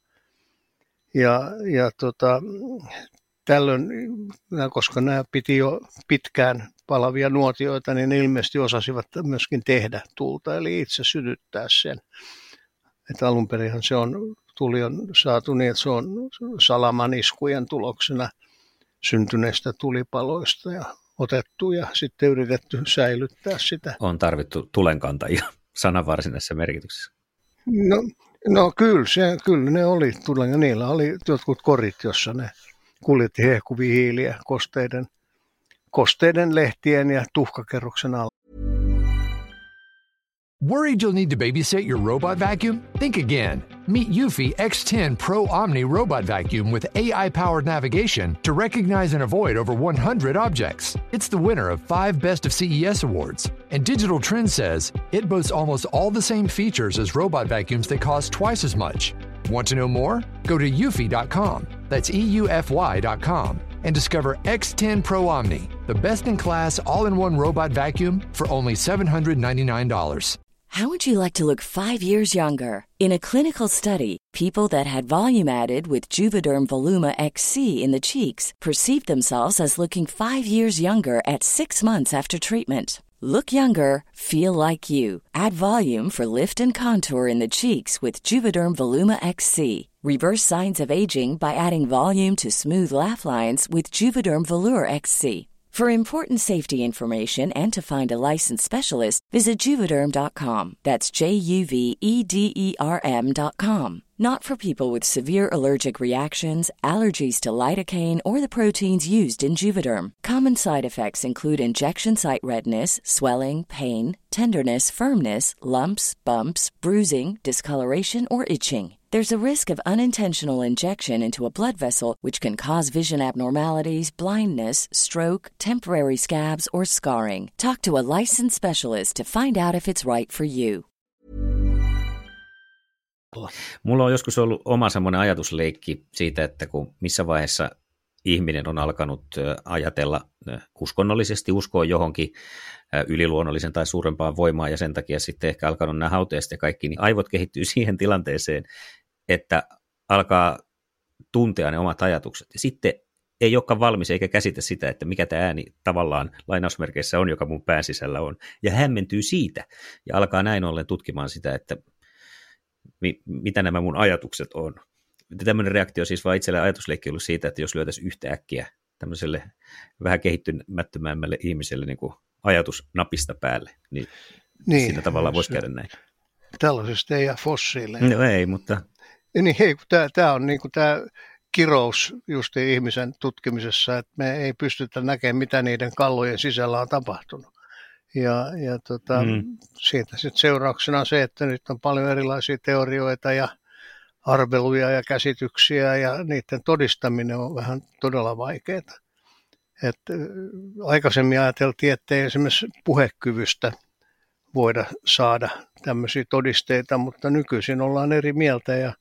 Ja, ja tota, tällöin, koska nämä piti jo pitkään palavia nuotioita, niin ne ilmeisesti osasivat myöskin tehdä tulta, eli itse sytyttää sen. Että alun perinhan se on, tuli on saatu niin, että se on salaman iskujen tuloksena syntyneistä tulipaloista ja otettu ja sitten yritetty säilyttää sitä. On tarvittu tulenkantajia sanan varsinaisessa merkityksessä. No, no kyllä, se, kyllä ne oli tulen ja niillä oli jotkut korit, jossa ne kuljetti hehkuvia hiiliä kosteiden, kosteiden lehtien ja tuhkakerroksen alla. Worried you'll need to babysit your robot vacuum? Think again. Meet Eufy X ten Pro Omni Robot Vacuum with A I-powered navigation to recognize and avoid over one hundred objects. It's the winner of five Best of C E S awards. And Digital Trends says it boasts almost all the same features as robot vacuums that cost twice as much. Want to know more? Go to eufy dot com. That's E U F Y dot com. And discover X ten Pro Omni, the best-in-class all-in-one robot vacuum for only seven hundred ninety-nine dollars. How would you like to look five years younger? In a clinical study, people that had volume added with Juvederm Voluma X C in the cheeks perceived themselves as looking five years younger at six months after treatment. Look younger, feel like you. Add volume for lift and contour in the cheeks with Juvederm Voluma X C. Reverse signs of aging by adding volume to smooth laugh lines with Juvederm Volure X C. For important safety information and to find a licensed specialist, visit Juvederm dot com. That's J U V E D E R M dot com. Not for people with severe allergic reactions, allergies to lidocaine, or the proteins used in Juvederm. Common side effects include injection site redness, swelling, pain, tenderness, firmness, lumps, bumps, bruising, discoloration, or itching. There's a risk of unintentional injection into a blood vessel, which can cause vision abnormalities, blindness, stroke, temporary scabs, or scarring. Talk to a licensed specialist to find out if it's right for you. Mulla on joskus ollut oma semmoinen ajatusleikki siitä, että kun missä vaiheessa ihminen on alkanut ajatella uskonnollisesti, uskoa johonkin yliluonnollisen tai suurempaan voimaan ja sen takia sitten ehkä alkanut nämä hauteesta ja kaikki, niin aivot kehittyy siihen tilanteeseen, että alkaa tuntea ne omat ajatukset. Ja sitten ei olekaan valmis eikä käsitä sitä, että mikä tämä ääni tavallaan lainausmerkeissä on, joka mun pään sisällä on. Ja hämmentyy siitä ja alkaa näin ollen tutkimaan sitä, että mi- mitä nämä mun ajatukset on. Tämmöinen reaktio siis vaan itselle ajatusleikki ollut siitä, että jos lyötäisiin yhtä äkkiä tämmöiselle vähän kehittymättömämmälle ihmiselle niin kuin ajatus napista päälle, niin, niin siinä tavallaan voisi käydä näin. Tällaisesta ei jää fossiileja. No ei, mutta... Niin, hei, tämä on niin kuin tämä kirous just ihmisen tutkimisessa, että me ei pystytä näkemään, mitä niiden kallojen sisällä on tapahtunut. Ja, ja tota, mm. siitä sitten seurauksena on se, että nyt on paljon erilaisia teorioita ja arveluja ja käsityksiä, ja niiden todistaminen on vähän todella vaikeaa. Et aikaisemmin ajateltiin, että ei esimerkiksi puhekyvystä voida saada tämmöisiä todisteita, mutta nykyisin ollaan eri mieltä. Ja,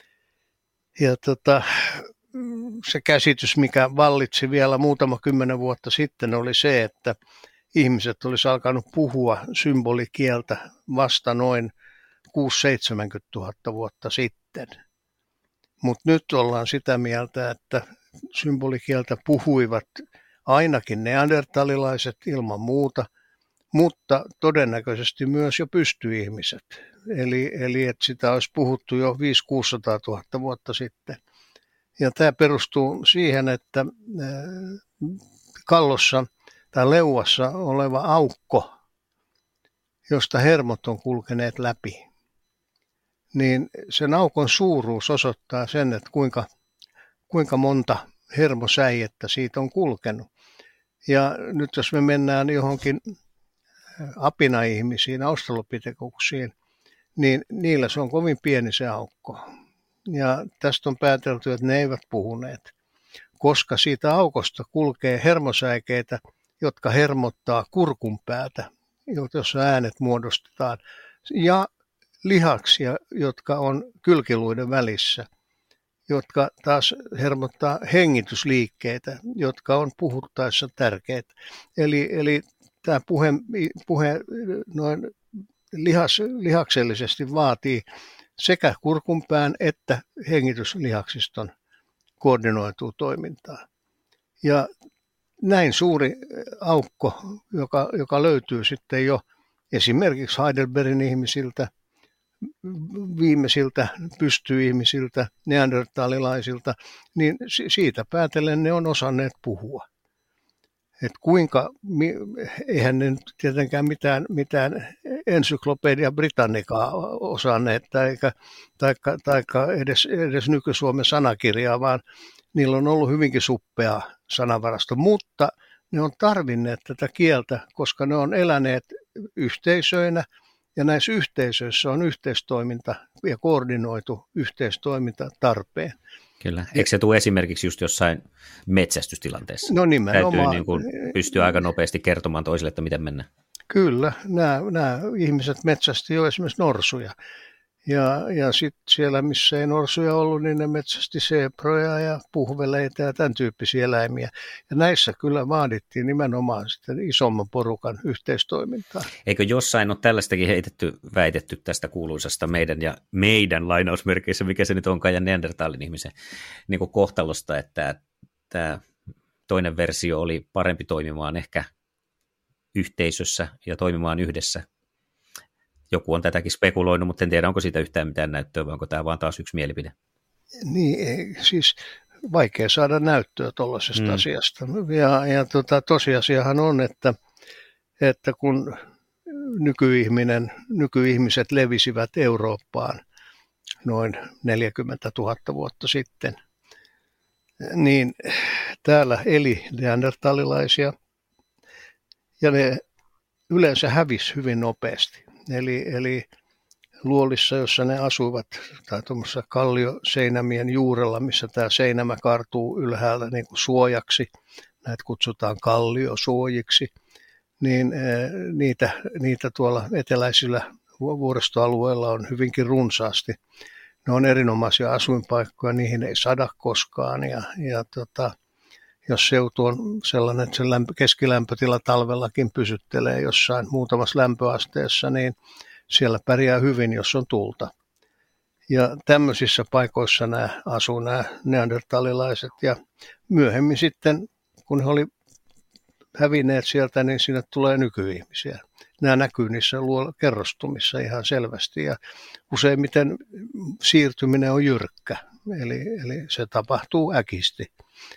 ja tota, se käsitys, mikä vallitsi vielä muutama kymmenen vuotta sitten, oli se, että ihmiset olisi alkanut puhua symbolikieltä vasta noin kuusi seitsemänkymmentä tuhatta vuotta sitten. Mutta nyt ollaan sitä mieltä, että symbolikieltä puhuivat ainakin neandertalilaiset ilman muuta, mutta todennäköisesti myös jo pystyihmiset. Eli, eli että sitä olisi puhuttu jo viisi kuusisataa tuhatta vuotta sitten. Ja tämä perustuu siihen, että kallossa tai leuassa oleva aukko, josta hermot on kulkeneet läpi, niin sen aukon suuruus osoittaa sen, että kuinka, kuinka monta hermosäijettä siitä on kulkenut. Ja nyt jos me mennään johonkin apina-ihmisiin, australopithekuksiin, niin niillä se on kovin pieni se aukko. Ja tästä on päätelty, että ne eivät puhuneet, koska siitä aukosta kulkee hermosäikeitä, jotka hermottaa kurkun päätä, jossa äänet muodostetaan, ja lihaksia, jotka on kylkiluiden välissä, jotka taas hermottaa hengitysliikkeitä, jotka on puhuttaessa tärkeitä. Eli, eli tämä puhe, puhe noin lihas, lihaksellisesti vaatii sekä kurkunpään että hengityslihaksiston koordinoitua toimintaa. Ja näin suuri aukko, joka, joka löytyy sitten jo esimerkiksi Heidelbergin ihmisiltä, viimeisiltä pystyihmisiltä, neandertalilaisilta, niin siitä päätellen ne on osanneet puhua. Et kuinka, eihän ne nyt tietenkään mitään, mitään ensyklopedia Britannicaa osanneet, taikka, taikka, taikka edes, edes nyky-Suomen sanakirjaa, vaan niillä on ollut hyvinkin suppea sanavarasto, mutta ne on tarvinneet tätä kieltä, koska ne on eläneet yhteisöinä Ja näissä yhteisöissä on yhteistoiminta ja koordinoitu yhteistoiminta tarpeen. Kyllä. Eikö se tule esimerkiksi just jossain metsästystilanteessa? No nimenomaan. Täytyy niin kuin pystyä aika nopeasti kertomaan toisille, että miten mennään. Kyllä. Nämä, nämä ihmiset metsästi jo esimerkiksi norsuja. Ja, ja sitten siellä, missä ei norsuja ollut, niin ne metsästi seeproja ja puhveleita ja tämän tyyppisiä eläimiä. Ja näissä kyllä vaadittiin nimenomaan sitten isomman porukan yhteistoimintaa. Eikö jossain ole tällaistakin heitetty, väitetty tästä kuuluisasta meidän ja meidän lainausmerkeissä, mikä se nyt onkaan, ja neandertalin ihmisen niin kuin kohtalosta, että tämä toinen versio oli parempi toimimaan ehkä yhteisössä ja toimimaan yhdessä. Joku on tätäkin spekuloinut, mutta en tiedä, onko siitä yhtään mitään näyttöä, vai onko tämä vaan taas yksi mielipide. Niin, ei, siis vaikea saada näyttöä tuollaisesta mm. asiasta. Ja, ja tota, tosiasiahan on, että, että kun nykyihminen, nykyihmiset levisivät Eurooppaan noin neljäkymmentätuhatta vuotta sitten, niin täällä eli neandertalilaisia, ja ne yleensä hävisi hyvin nopeasti. Eli, eli luolissa, jossa ne asuivat, tai tuommoisessa kallioseinämien juurella, missä tämä seinämä kartuu ylhäällä niin kuin suojaksi, näitä kutsutaan kalliosuojiksi, niin niitä, niitä tuolla eteläisillä vuoristoalueilla on hyvinkin runsaasti. Ne on erinomaisia asuinpaikkoja, niihin ei sada koskaan, ja, ja tota, jos seutu on sellainen, että se lämpö, keskilämpötila talvellakin pysyttelee jossain muutamassa lämpöasteessa, niin siellä pärjää hyvin, jos on tulta. Ja tämmöisissä paikoissa nämä asuu nämä neandertalilaiset. Ja myöhemmin sitten, kun he oli hävinneet sieltä, niin sinne tulee nykyihmisiä. Nämä näkyy niissä kerrostumissa ihan selvästi. Ja useimmiten siirtyminen on jyrkkä, eli, eli se tapahtuu äkisti.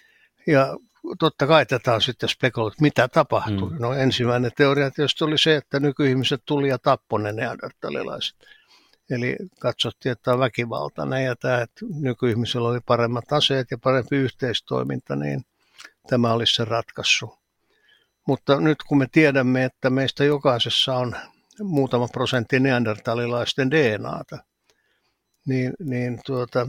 Ja totta kai tätä on sitten spekuloitu, mitä tapahtui. Mm. No ensimmäinen teoria tietysti oli se, että nykyihmiset tuli ja tappoi ne neandertalilaiset. Eli katsottiin, että tämä on väkivaltainen ja tämä, että nykyihmisellä oli paremmat aseet ja parempi yhteistoiminta, niin tämä olisi se ratkaisu. Mutta nyt kun me tiedämme, että meistä jokaisessa on muutama prosentti neandertalilaisten D N A:ta, niin, niin tuota,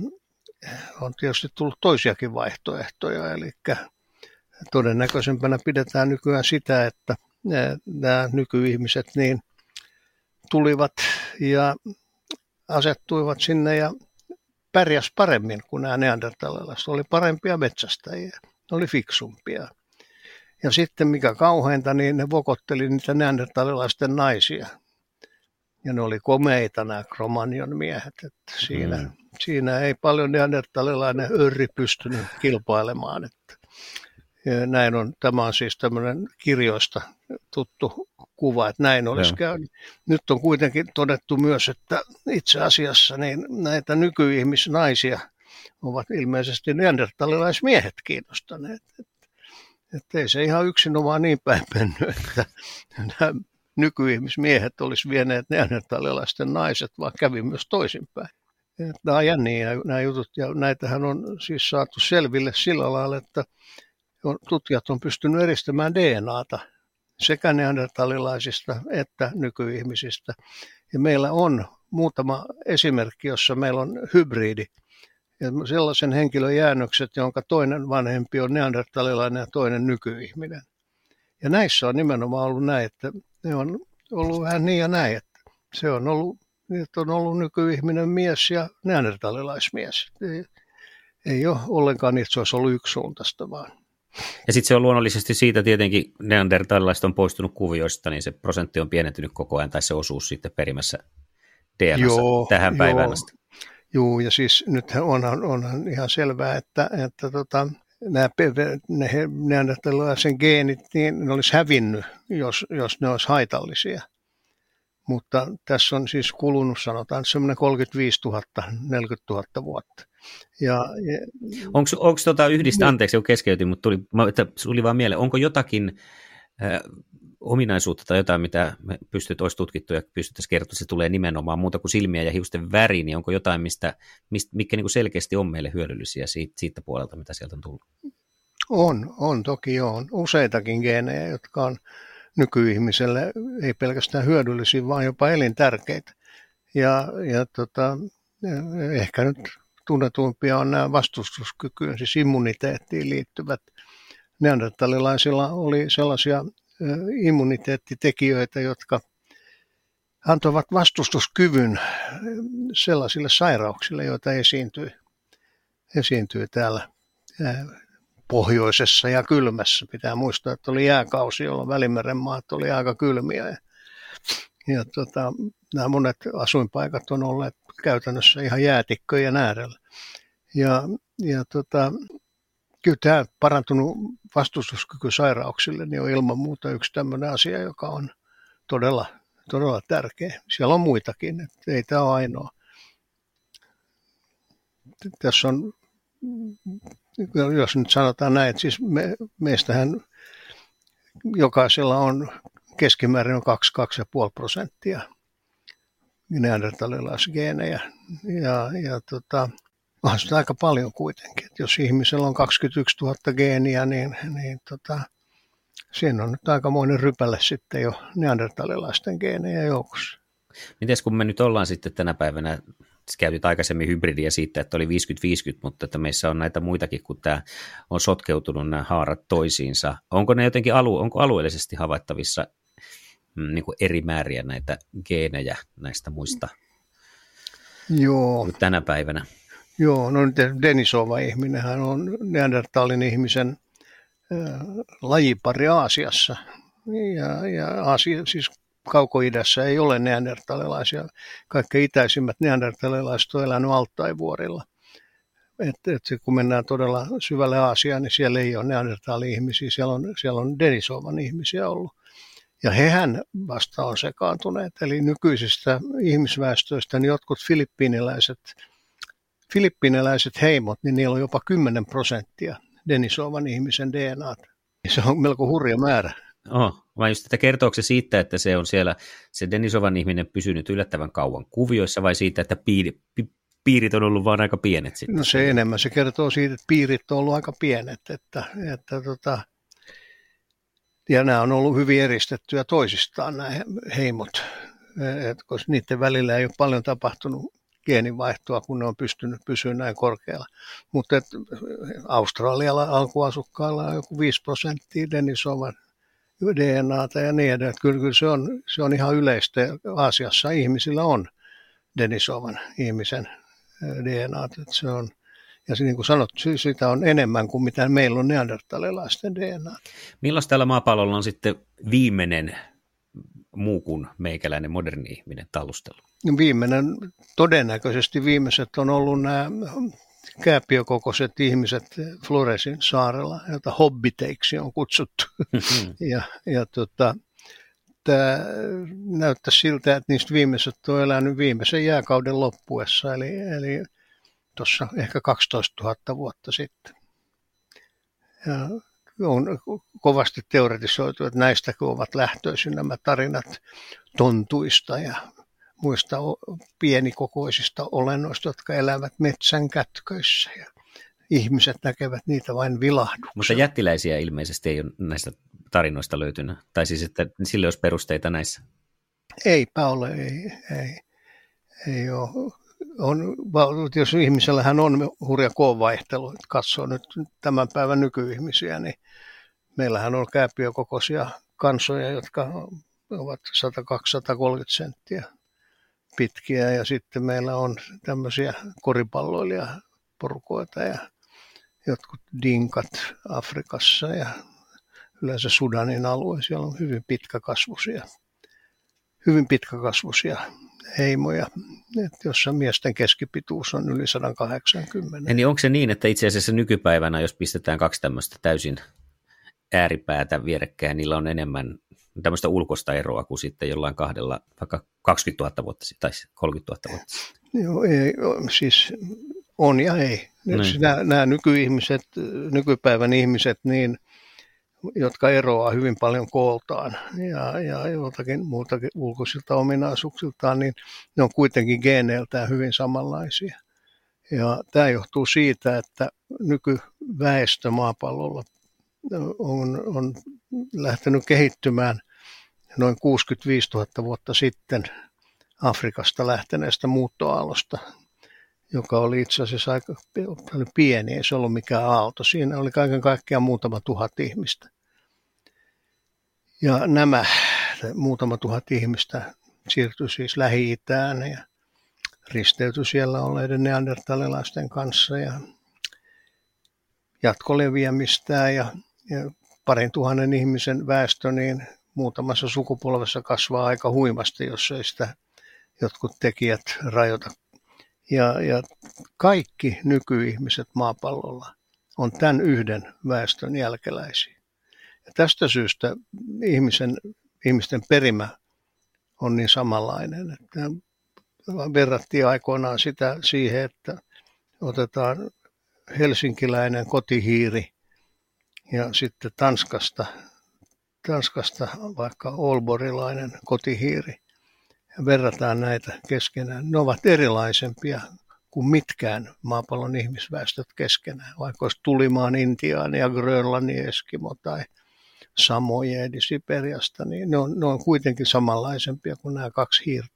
on tietysti tullut toisiakin vaihtoehtoja. Eli todennäköisempänä pidetään nykyään sitä, että nämä nykyihmiset niin tulivat ja asettuivat sinne ja pärjäs paremmin kuin nämä neandertalilaiset. Oli parempia metsästäjiä, ne oli fiksumpia. Ja sitten mikä kauheinta, niin ne vokotteli niitä neandertalilaisten naisia. Ja ne oli komeita nämä Cro-Magnon miehet. Että siinä, mm. siinä ei paljon neandertalilainen örri pystynyt kilpailemaan. Että näin on, tämä on siis tämmöinen kirjoista tuttu kuva, että näin olisi no. käynyt. Nyt on kuitenkin todettu myös, että itse asiassa niin näitä nykyihmisnaisia ovat ilmeisesti neandertalilaismiehet kiinnostaneet. Että ei se ihan yksinomaan niin päin mennyt, että nämä nykyihmismiehet olisi vieneet neandertalilaisten naiset, vaan kävi myös toisinpäin. Nämä on jänniä nämä jutut, ja näitähän on siis saatu selville sillä lailla, että tutkijat on pystynyt eristämään D N A:ta sekä neandertalilaisista että nykyihmisistä. Ja meillä on muutama esimerkki, jossa meillä on hybridi. Ja sellaisen henkilön jäännökset, jonka toinen vanhempi on neandertalilainen ja toinen nykyihminen. Ja näissä on nimenomaan ollut näin, että ne on ollut vähän niin ja näin, että se on ollut, että on ollut nykyihminen mies ja neandertalilaismies. Ei, ei ole ollenkaan niin, että se olisi ollut yksisuuntaista vaan. Ja sitten se on luonnollisesti siitä tietenkin, neandertalilaiset on poistunut kuvioista, niin se prosentti on pienentynyt koko ajan, tai se osuus sitten perimässä D N A:ssa tähän päivään asti. Joo, ja siis nythän onhan, onhan ihan selvää, että, että tota, nämä ne neandertalilaisen geenit, niin ne olisi hävinnyt, jos, jos ne olisi haitallisia. Mutta tässä on siis kulunut, sanotaan, semmoinen kolmekymmentäviisituhatta neljäkymmentätuhatta vuotta. Ja, ja, onko onko tota yhdistä, anteeksi kun keskeytin, mutta tuli, tuli vaan mieleen, onko jotakin äh, ominaisuutta tai jotain, mitä me pystyt, olisi tutkittu ja pystyttäisiin kertoa, että se tulee nimenomaan muuta kuin silmiä ja hiusten väri, niin onko jotain, mistä, mistä, mikä niin kuin selkeästi on meille hyödyllisiä siitä, siitä puolelta, mitä sieltä on tullut? On, on toki on. Useitakin geenejä, jotka on nykyihmiselle ei pelkästään hyödyllisiä, vaan jopa elintärkeitä. Ja, ja tota, ehkä nyt tunnetuimpia on nämä vastustuskykyyn, siis immuniteettiin liittyvät. Neandertalilaisilla oli sellaisia immuniteettitekijöitä, jotka antoivat vastustuskyvyn sellaisille sairauksille, joita esiintyi, esiintyi täällä pohjoisessa ja kylmässä. Pitää muistaa, että oli jääkausi, jolloin Välimeren maat oli aika kylmiä. Ja, ja tota, nämä monet asuinpaikat on olleet käytännössä ihan jäätikköjen äärellä. Ja, ja tota, kyllä tämä parantunut vastustuskyky sairauksille niin on ilman muuta yksi tämmöinen asia, joka on todella, todella tärkeä. Siellä on muitakin, että ei tämä ole ainoa. Tässä on, jos nyt sanotaan näin, että siis me, meistähän jokaisella on keskimäärin on kaksi kaksi pilkku viisi prosenttia neandertalilaisgeenejä. Ja, ja tota, on sitä aika paljon kuitenkin. Että jos ihmisellä on kaksikymmentäyksituhatta geeniä, niin, niin tota, siinä on nyt aikamoinen rypäle sitten jo neandertalilaisten geenejä joukossa. Mites kun me nyt ollaan sitten tänä päivänä, käytit aikaisemmin hybridiä siitä, että oli viisikymmentä viisikymmentä, mutta että meissä on näitä muitakin, kun tämä on sotkeutunut nämä haarat toisiinsa. Onko ne jotenkin alu, onko alueellisesti havaittavissa mm, niin kuin eri määriä näitä geenejä näistä muista Joo. tänä päivänä? Joo, no nyt Denisova ihminenhän on neandertalin ihmisen äh, lajipari Aasiassa. Ja, ja Aasia, siis Kauko-idässä ei ole neandertalilaisia. Kaikki itäisimmät neandertalilaiset on elänyt Altai-vuorilla. Et, et kun mennään todella syvälle Aasiaan, niin siellä ei ole neandertali-ihmisiä, siellä on, siellä on Denisovan ihmisiä ollut. Ja hehän vasta on sekaantuneet, eli nykyisistä ihmisväestöistä niin jotkut filippiiniläiset, filippiiniläiset heimot, niin niillä on jopa kymmenen prosenttia Denisovan ihmisen D N A:ta. Se on melko hurja määrä. Oh, vai just, että kertooko se siitä, että se on siellä se Denisovan ihminen pysynyt yllättävän kauan kuvioissa, vai siitä, että piiri, pi, piirit on ollut vaan aika pienet sitten? No se enemmän, se kertoo siitä, että piirit on ollut aika pienet, että, että tota, ja nämä on ollut hyvin eristettyjä toisistaan nämä heimot, että koska niiden välillä ei ole paljon tapahtunut geenivaihtoa, kun ne on pystynyt pysymään näin korkealla. Mutta Australialla alkuasukkailla on joku viisi prosenttia Denisovan D N A:ta ja niin edelleen. Kyllä, kyllä se, on, se on ihan yleistä. Aasiassa ihmisillä on Denisovan ihmisen D N A:ta. Se on, ja se, niin kuin sanot, sitä on enemmän kuin mitä meillä on neandertalilaisten D N A. Milloin tällä maapallolla on sitten viimeinen muu kuin meikäläinen moderni ihminen tallustellut? Viimeinen, todennäköisesti viimeiset on ollut nämä kääpiökokoiset ihmiset Floresin saarella, jota hobbiteiksi on kutsuttu. ja ja tota, tämä näyttää siltä, että niistä viimeiset on elänyt viimeisen jääkauden loppuessa, eli, eli tuossa ehkä kaksitoistatuhatta vuotta sitten. Ja on kovasti teoretisoitu, että näistäkö ovat lähtöisin nämä tarinat tontuista ja muista pienikokoisista olennoista, jotka elävät metsän kätköissä ja ihmiset näkevät niitä vain vilahduksena. Mutta jättiläisiä ilmeisesti ei ole näistä tarinoista löytynyt, tai siis että sille olisi perusteita näissä? Eipä ole, ei, ei, ei ole. On, jos ihmisellähän on hurja koovaihtelu, että katsoo nyt tämän päivän nykyihmisiä, niin meillähän on kääpiökokoisia kansoja, jotka ovat sata kaksikymmentä kolmekymmentä senttiä pitkiä, ja sitten meillä on tämmöisiä koripalloilijaporukoita ja jotkut dinkat Afrikassa ja yleensä Sudanin alue, siellä on hyvin pitkäkasvuisia, hyvin pitkäkasvuisia heimoja, jossa miesten keskipituus on yli sata kahdeksankymmentä. Eli onko se niin, että itse asiassa nykypäivänä, jos pistetään kaksi tämmöistä täysin ääripäätä vierekkäin, niillä on enemmän tämmöistä ulkoista eroa kuin sitten jollain kahdella, vaikka kaksikymmentätuhatta vuotta sitten tai kolmekymmentätuhatta vuotta sitten? Joo, ei, siis on ja ei. Niin. Nämä, nämä nykyihmiset, nykypäivän ihmiset, niin, jotka eroaa hyvin paljon kooltaan ja, ja jotakin muutakin ulkoisilta ominaisuuksiltaan, niin ne on kuitenkin geeneiltään hyvin samanlaisia. Ja tämä johtuu siitä, että nykyväestö maapallolla on, on lähtenyt kehittymään noin kuusikymmentäviisituhatta vuotta sitten Afrikasta lähteneestä muuttoaallosta, joka oli itse asiassa aika pieni, ei se ollut mikään aalto. Siinä oli kaiken kaikkiaan muutama tuhat ihmistä. Ja nämä muutama tuhat ihmistä siirtyi siis Lähi-Itään ja risteytyi siellä olleiden neandertalilaisten kanssa ja jatkoleviämistään ja, ja parin tuhannen ihmisen väestö niin muutamassa sukupolvessa kasvaa aika huimasti, jos ei sitä jotkut tekijät rajoita. Ja, ja kaikki nykyihmiset maapallolla on tämän yhden väestön jälkeläisiä. Ja tästä syystä ihmisen, ihmisten perimä on niin samanlainen. Että verrattiin aikoinaan sitä siihen, että otetaan helsinkiläinen kotihiiri ja sitten Tanskasta, Tanskasta vaikka olborilainen kotihiiri. Ja verrataan näitä keskenään. Ne ovat erilaisempia kuin mitkään maapallon ihmisväestöt keskenään. Vaikka olisi Tulimaan Intiaan ja Grönlannin Eskimo tai Samojeedi Siperiasta, niin ne on, ne on kuitenkin samanlaisempia kuin nämä kaksi hiirtä.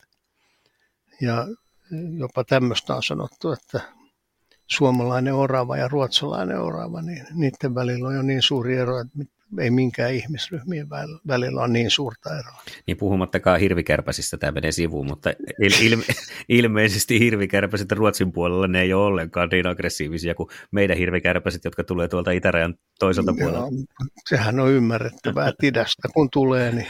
Ja jopa tämmöistä on sanottu, että suomalainen orava ja ruotsalainen orava, niin niiden välillä on jo niin suuri ero, että ei minkään ihmisryhmien välillä ole niin suurta eroa. Niin puhumattakaan hirvikärpäsistä, tämä menee sivuun, mutta ilme, ilmeisesti hirvikärpäset Ruotsin puolella ne ei ole ollenkaan niin aggressiivisia kuin meidän hirvikärpäset, jotka tulee tuolta itärajan toiselta puolelta. Joo, sehän on ymmärrettävää, että idästä kun tulee, niin,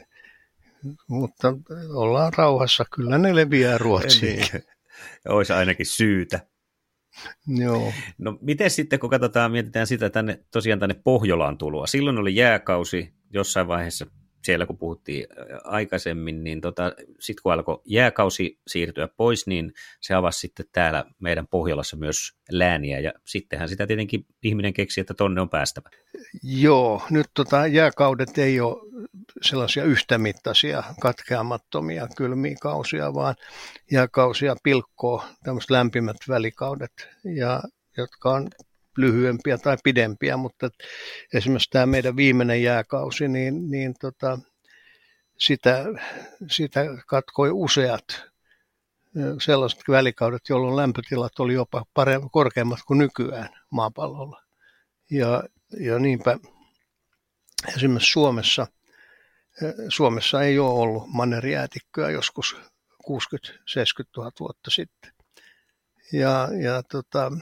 mutta ollaan rauhassa, kyllä ne leviää Ruotsiin. Niin, olisi ainakin syytä. Joo. No miten sitten, kun katsotaan, mietitään sitä tänne, tosiaan tänne Pohjolaan tuloa. Silloin oli jääkausi jossain vaiheessa, siellä kun puhuttiin aikaisemmin, niin tota, sitten kun alkoi jääkausi siirtyä pois, niin se avasi sitten täällä meidän Pohjolassa myös lääniä, ja sittenhän sitä tietenkin ihminen keksi, että tonne on päästävä. Joo, nyt tota, jääkaudet ei ole sellaisia yhtämittaisia, katkeamattomia, kylmiä kausia, vaan jääkausia pilkkoo tämmöiset lämpimät välikaudet, ja, jotka on lyhyempiä tai pidempiä, mutta esimerkiksi tämä meidän viimeinen jääkausi, niin, niin tota, sitä, sitä katkoi useat sellaiset välikaudet, jolloin lämpötilat oli jopa paremmin, korkeammat kuin nykyään maapallolla. Ja, ja niinpä esimerkiksi Suomessa, Suomessa ei ole ollut mannerjäätikköä joskus kuusikymmentä seitsemänkymmentä tuhatta vuotta sitten. Ja, ja tota,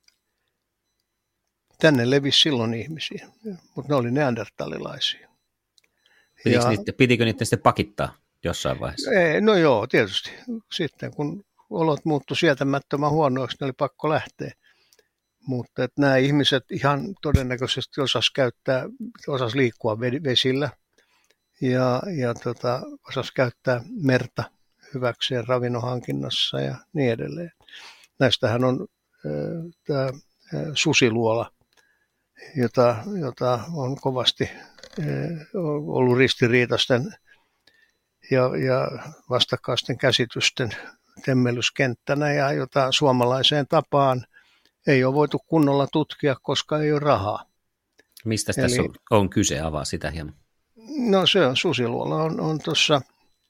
tänne levisi silloin ihmisiä, mutta ne oli neandertalilaisia. Ja, niitä, pitikö niitä sitten pakittaa jossain vaiheessa? Ei, no joo, tietysti. Sitten kun olot muuttui sietämättömän huonoiksi, ne oli pakko lähteä. Mutta että nämä ihmiset ihan todennäköisesti osas käyttää, osas liikkua vesillä ja, ja tota, osas käyttää merta hyväkseen ravinnon hankinnassa ja niin edelleen. Näistähän on äh, tämä susiluola, jota, jota on kovasti äh, ollut ristiriitaisten ja, ja vastakkaisten käsitysten temmellyskenttänä ja jota suomalaiseen tapaan ei ole voitu kunnolla tutkia, koska ei ole rahaa. Mistä tässä Eli, on, on kyse? Avaa sitä hieman. No se on susiluola. On, on tuossa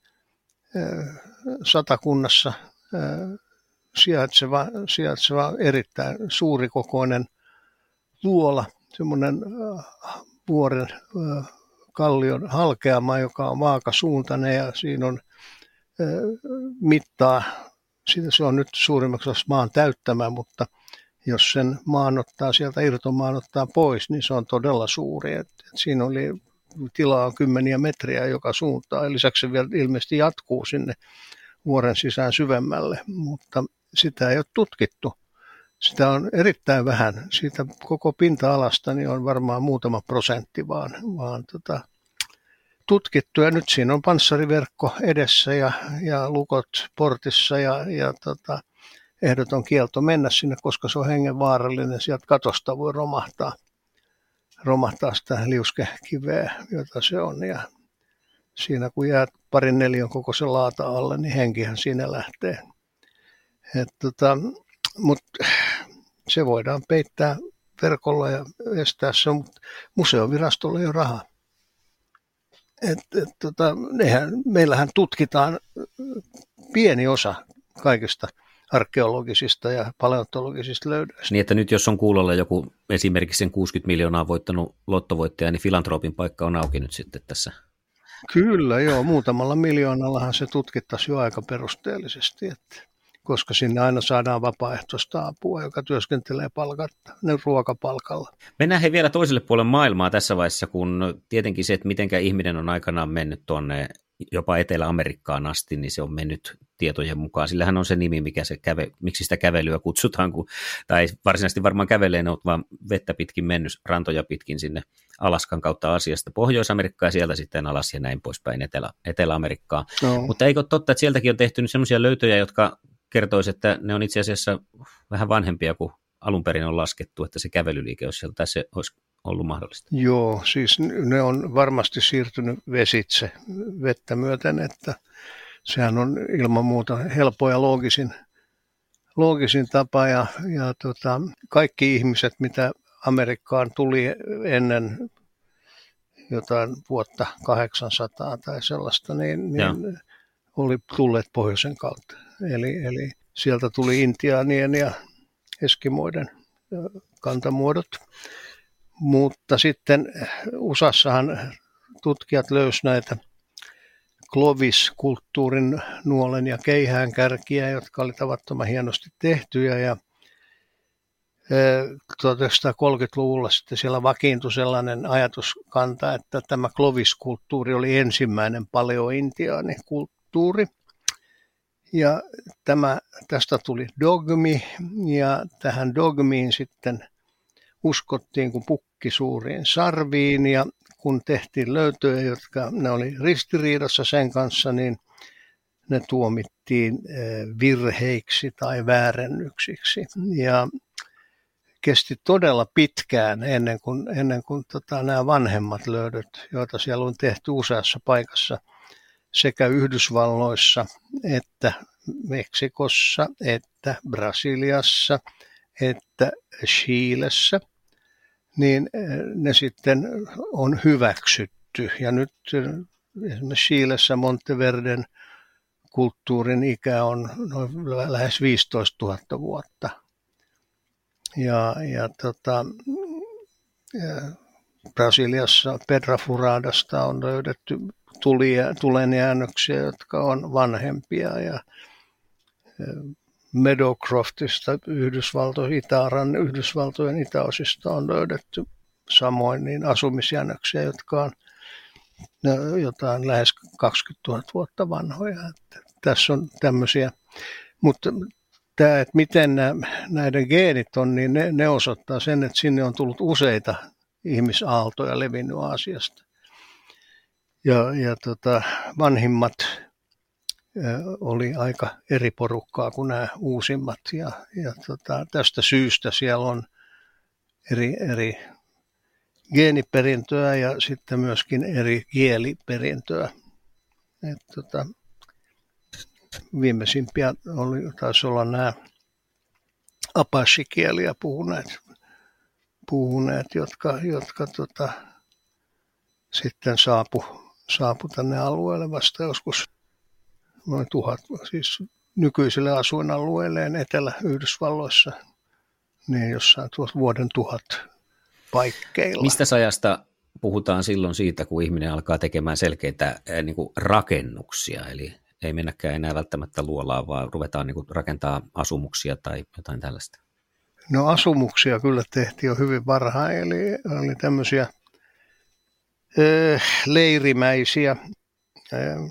äh, Satakunnassa äh, sijaitseva, sijaitseva erittäin suurikokoinen luola. Semmoinen äh, vuoren äh, kallion halkeama, joka on vaakasuuntainen ja siinä on äh, mittaa. Siitä se on nyt suurimmaksi maan täyttämä, mutta jos sen maan ottaa sieltä irtomaan ottaa pois, niin se on todella suuri. Et, et siinä oli tilaa kymmeniä metriä joka suuntaan. Lisäksi se vielä ilmeisesti jatkuu sinne vuoren sisään syvemmälle, mutta sitä ei ole tutkittu. Sitä on erittäin vähän. Siitä koko pinta-alasta niin on varmaan muutama prosentti vaan, vaan tota, tutkittu. Ja nyt siinä on panssariverkko edessä ja, ja lukot portissa ja, ja tota, ehdoton kielto mennä sinne, koska se on hengenvaarallinen. Sieltä katosta voi romahtaa, romahtaa sitä liuskekiveä, jota se on. Ja siinä kun jää parin neliön kokoisen laata alle, niin henkihän siinä lähtee. Et tota, mutta se voidaan peittää verkolla ja estää se, mutta museovirastolla ei ole rahaa. Et, et, tota, nehän, meillähän tutkitaan pieni osa kaikista arkeologisista ja paleontologisista löydöistä. Niin, että nyt jos on kuulolla joku esimerkiksi sen kuusikymmentä miljoonaa voittanut lottovoittaja, niin filantropin paikka on auki nyt sitten tässä. Kyllä, joo. Muutamalla miljoonallahan se tutkittaisiin jo aika perusteellisesti, että, koska sinne aina saadaan vapaaehtoista apua, joka työskentelee palkatta, ne ruokapalkalla. Mennään he vielä toiselle puolelle maailmaa tässä vaiheessa, kun tietenkin se, että mitenkä ihminen on aikanaan mennyt tuonne jopa Etelä-Amerikkaan asti, niin se on mennyt tietojen mukaan. Sillähän on se nimi, mikä se käve, miksi sitä kävelyä kutsutaan, kun, tai varsinaisesti varmaan kävelee, ne on vaan vettä pitkin mennyt, rantoja pitkin sinne Alaskan kautta Aasiasta Pohjois-Amerikkaan ja sieltä sitten alas ja näin poispäin Etelä, Etelä-Amerikkaan. No. Mutta eikö ole totta, että sieltäkin on tehty sellaisia löytöjä, jotka kertoisivat, että ne on itse asiassa vähän vanhempia kuin alun perin on laskettu, että se kävelyliike olisi sieltä, tai se olisi ollut mahdollista. Joo, siis ne on varmasti siirtynyt vesitse vettä myöten, että sehän on ilman muuta helppo ja loogisin, loogisin tapa, ja, ja tota, kaikki ihmiset, mitä Amerikkaan tuli ennen jotain vuotta kahdeksansataa tai sellaista, niin, niin oli tulleet pohjoisen kautta. Eli, eli sieltä tuli intiaanien ja eskimoiden kantamuodot. Mutta sitten U S A:ssahan tutkijat löysivät näitä Clovis-kulttuurin nuolen ja keihäänkärkiä, jotka oli tavattoman hienosti tehtyjä. Ja tuhatyhdeksänsataakolmekymmentäluvulla sitten siellä vakiintui sellainen ajatuskanta, että tämä Clovis-kulttuuri oli ensimmäinen paleointiaanikulttuuri. Ja tämä, tästä tuli dogmi, ja tähän dogmiin sitten uskottiin kuin pukki suuriin sarviin, ja kun tehtiin löytöjä, jotka ne oli ristiriidassa sen kanssa, niin ne tuomittiin virheiksi tai väärennyksiksi. Ja kesti todella pitkään ennen kuin, ennen kuin tota, nämä vanhemmat löydöt, joita siellä on tehty useassa paikassa, sekä Yhdysvalloissa, että Meksikossa, että Brasiliassa, että Chilessä, niin ne sitten on hyväksytty. Ja nyt esimerkiksi Chilessä Monteverden kulttuurin ikä on noin lähes viisitoistatuhatta vuotta. Ja, ja, tota, ja Brasiliassa Pedra Furadasta on löydetty tulenjäännöksiä, jotka on vanhempia, ja Meadowcroftista Yhdysvaltojen, Itä-Aran Yhdysvaltojen itäosista on löydetty samoin niin asumisjäännöksiä, jotka on jotain lähes kaksikymmentätuhatta vuotta vanhoja. Että tässä on tämmöisiä, mutta tämä, että miten nämä, näiden geenit on, niin ne, ne osoittaa sen, että sinne on tullut useita ihmisaaltoja levinnyt Aasiasta. Ja, ja tota, vanhimmat oli aika eri porukkaa kuin nämä uusimmat, ja, ja tota, tästä syystä siellä on eri, eri geeniperintöä ja sitten myöskin eri kieliperintöä. Et, tota, viimeisimpiä oli, taisi olla nämä apache-kieliä puhuneet, puhuneet jotka, jotka tota, sitten saapu, saapu tänne alueelle vasta joskus noin tuhat, siis nykyisille asuinalueilleen Etelä-Yhdysvalloissa, niin jossain tuossa vuoden tuhat paikkeilla. Mistä ajasta puhutaan silloin siitä, kun ihminen alkaa tekemään selkeitä niin kuin rakennuksia, eli ei mennäkään enää välttämättä luolaan, vaan ruvetaan niin kuin rakentaa asumuksia tai jotain tällaista? No asumuksia kyllä tehtiin jo hyvin varhain, eli oli tämmöisiä äh, leirimäisiä. Äh,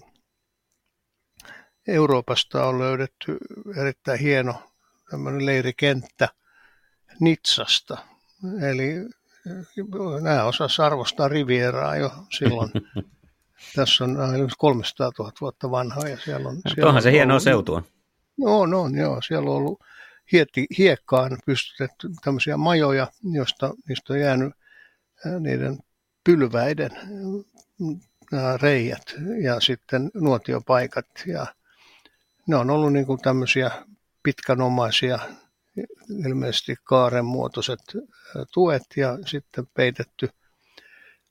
Euroopasta on löydetty erittäin hieno tämmöinen leirikenttä Nitsasta. Eli nämä osas arvostaa Rivieraa jo silloin. Tässä on kolmesataatuhatta vuotta vanha. Ja siellä on, siellä onhan se on hienoa ollut, seutua. Joo, no, joo, siellä on ollut hietti, hiekkaan pystytetty tämmöisiä majoja, joista niistä on jäänyt niiden pylväiden reijät ja sitten nuotiopaikat. Ja ne on ollut niin kuin tämmöisiä pitkänomaisia, ilmeisesti kaaren muotoiset tuet ja sitten peitetty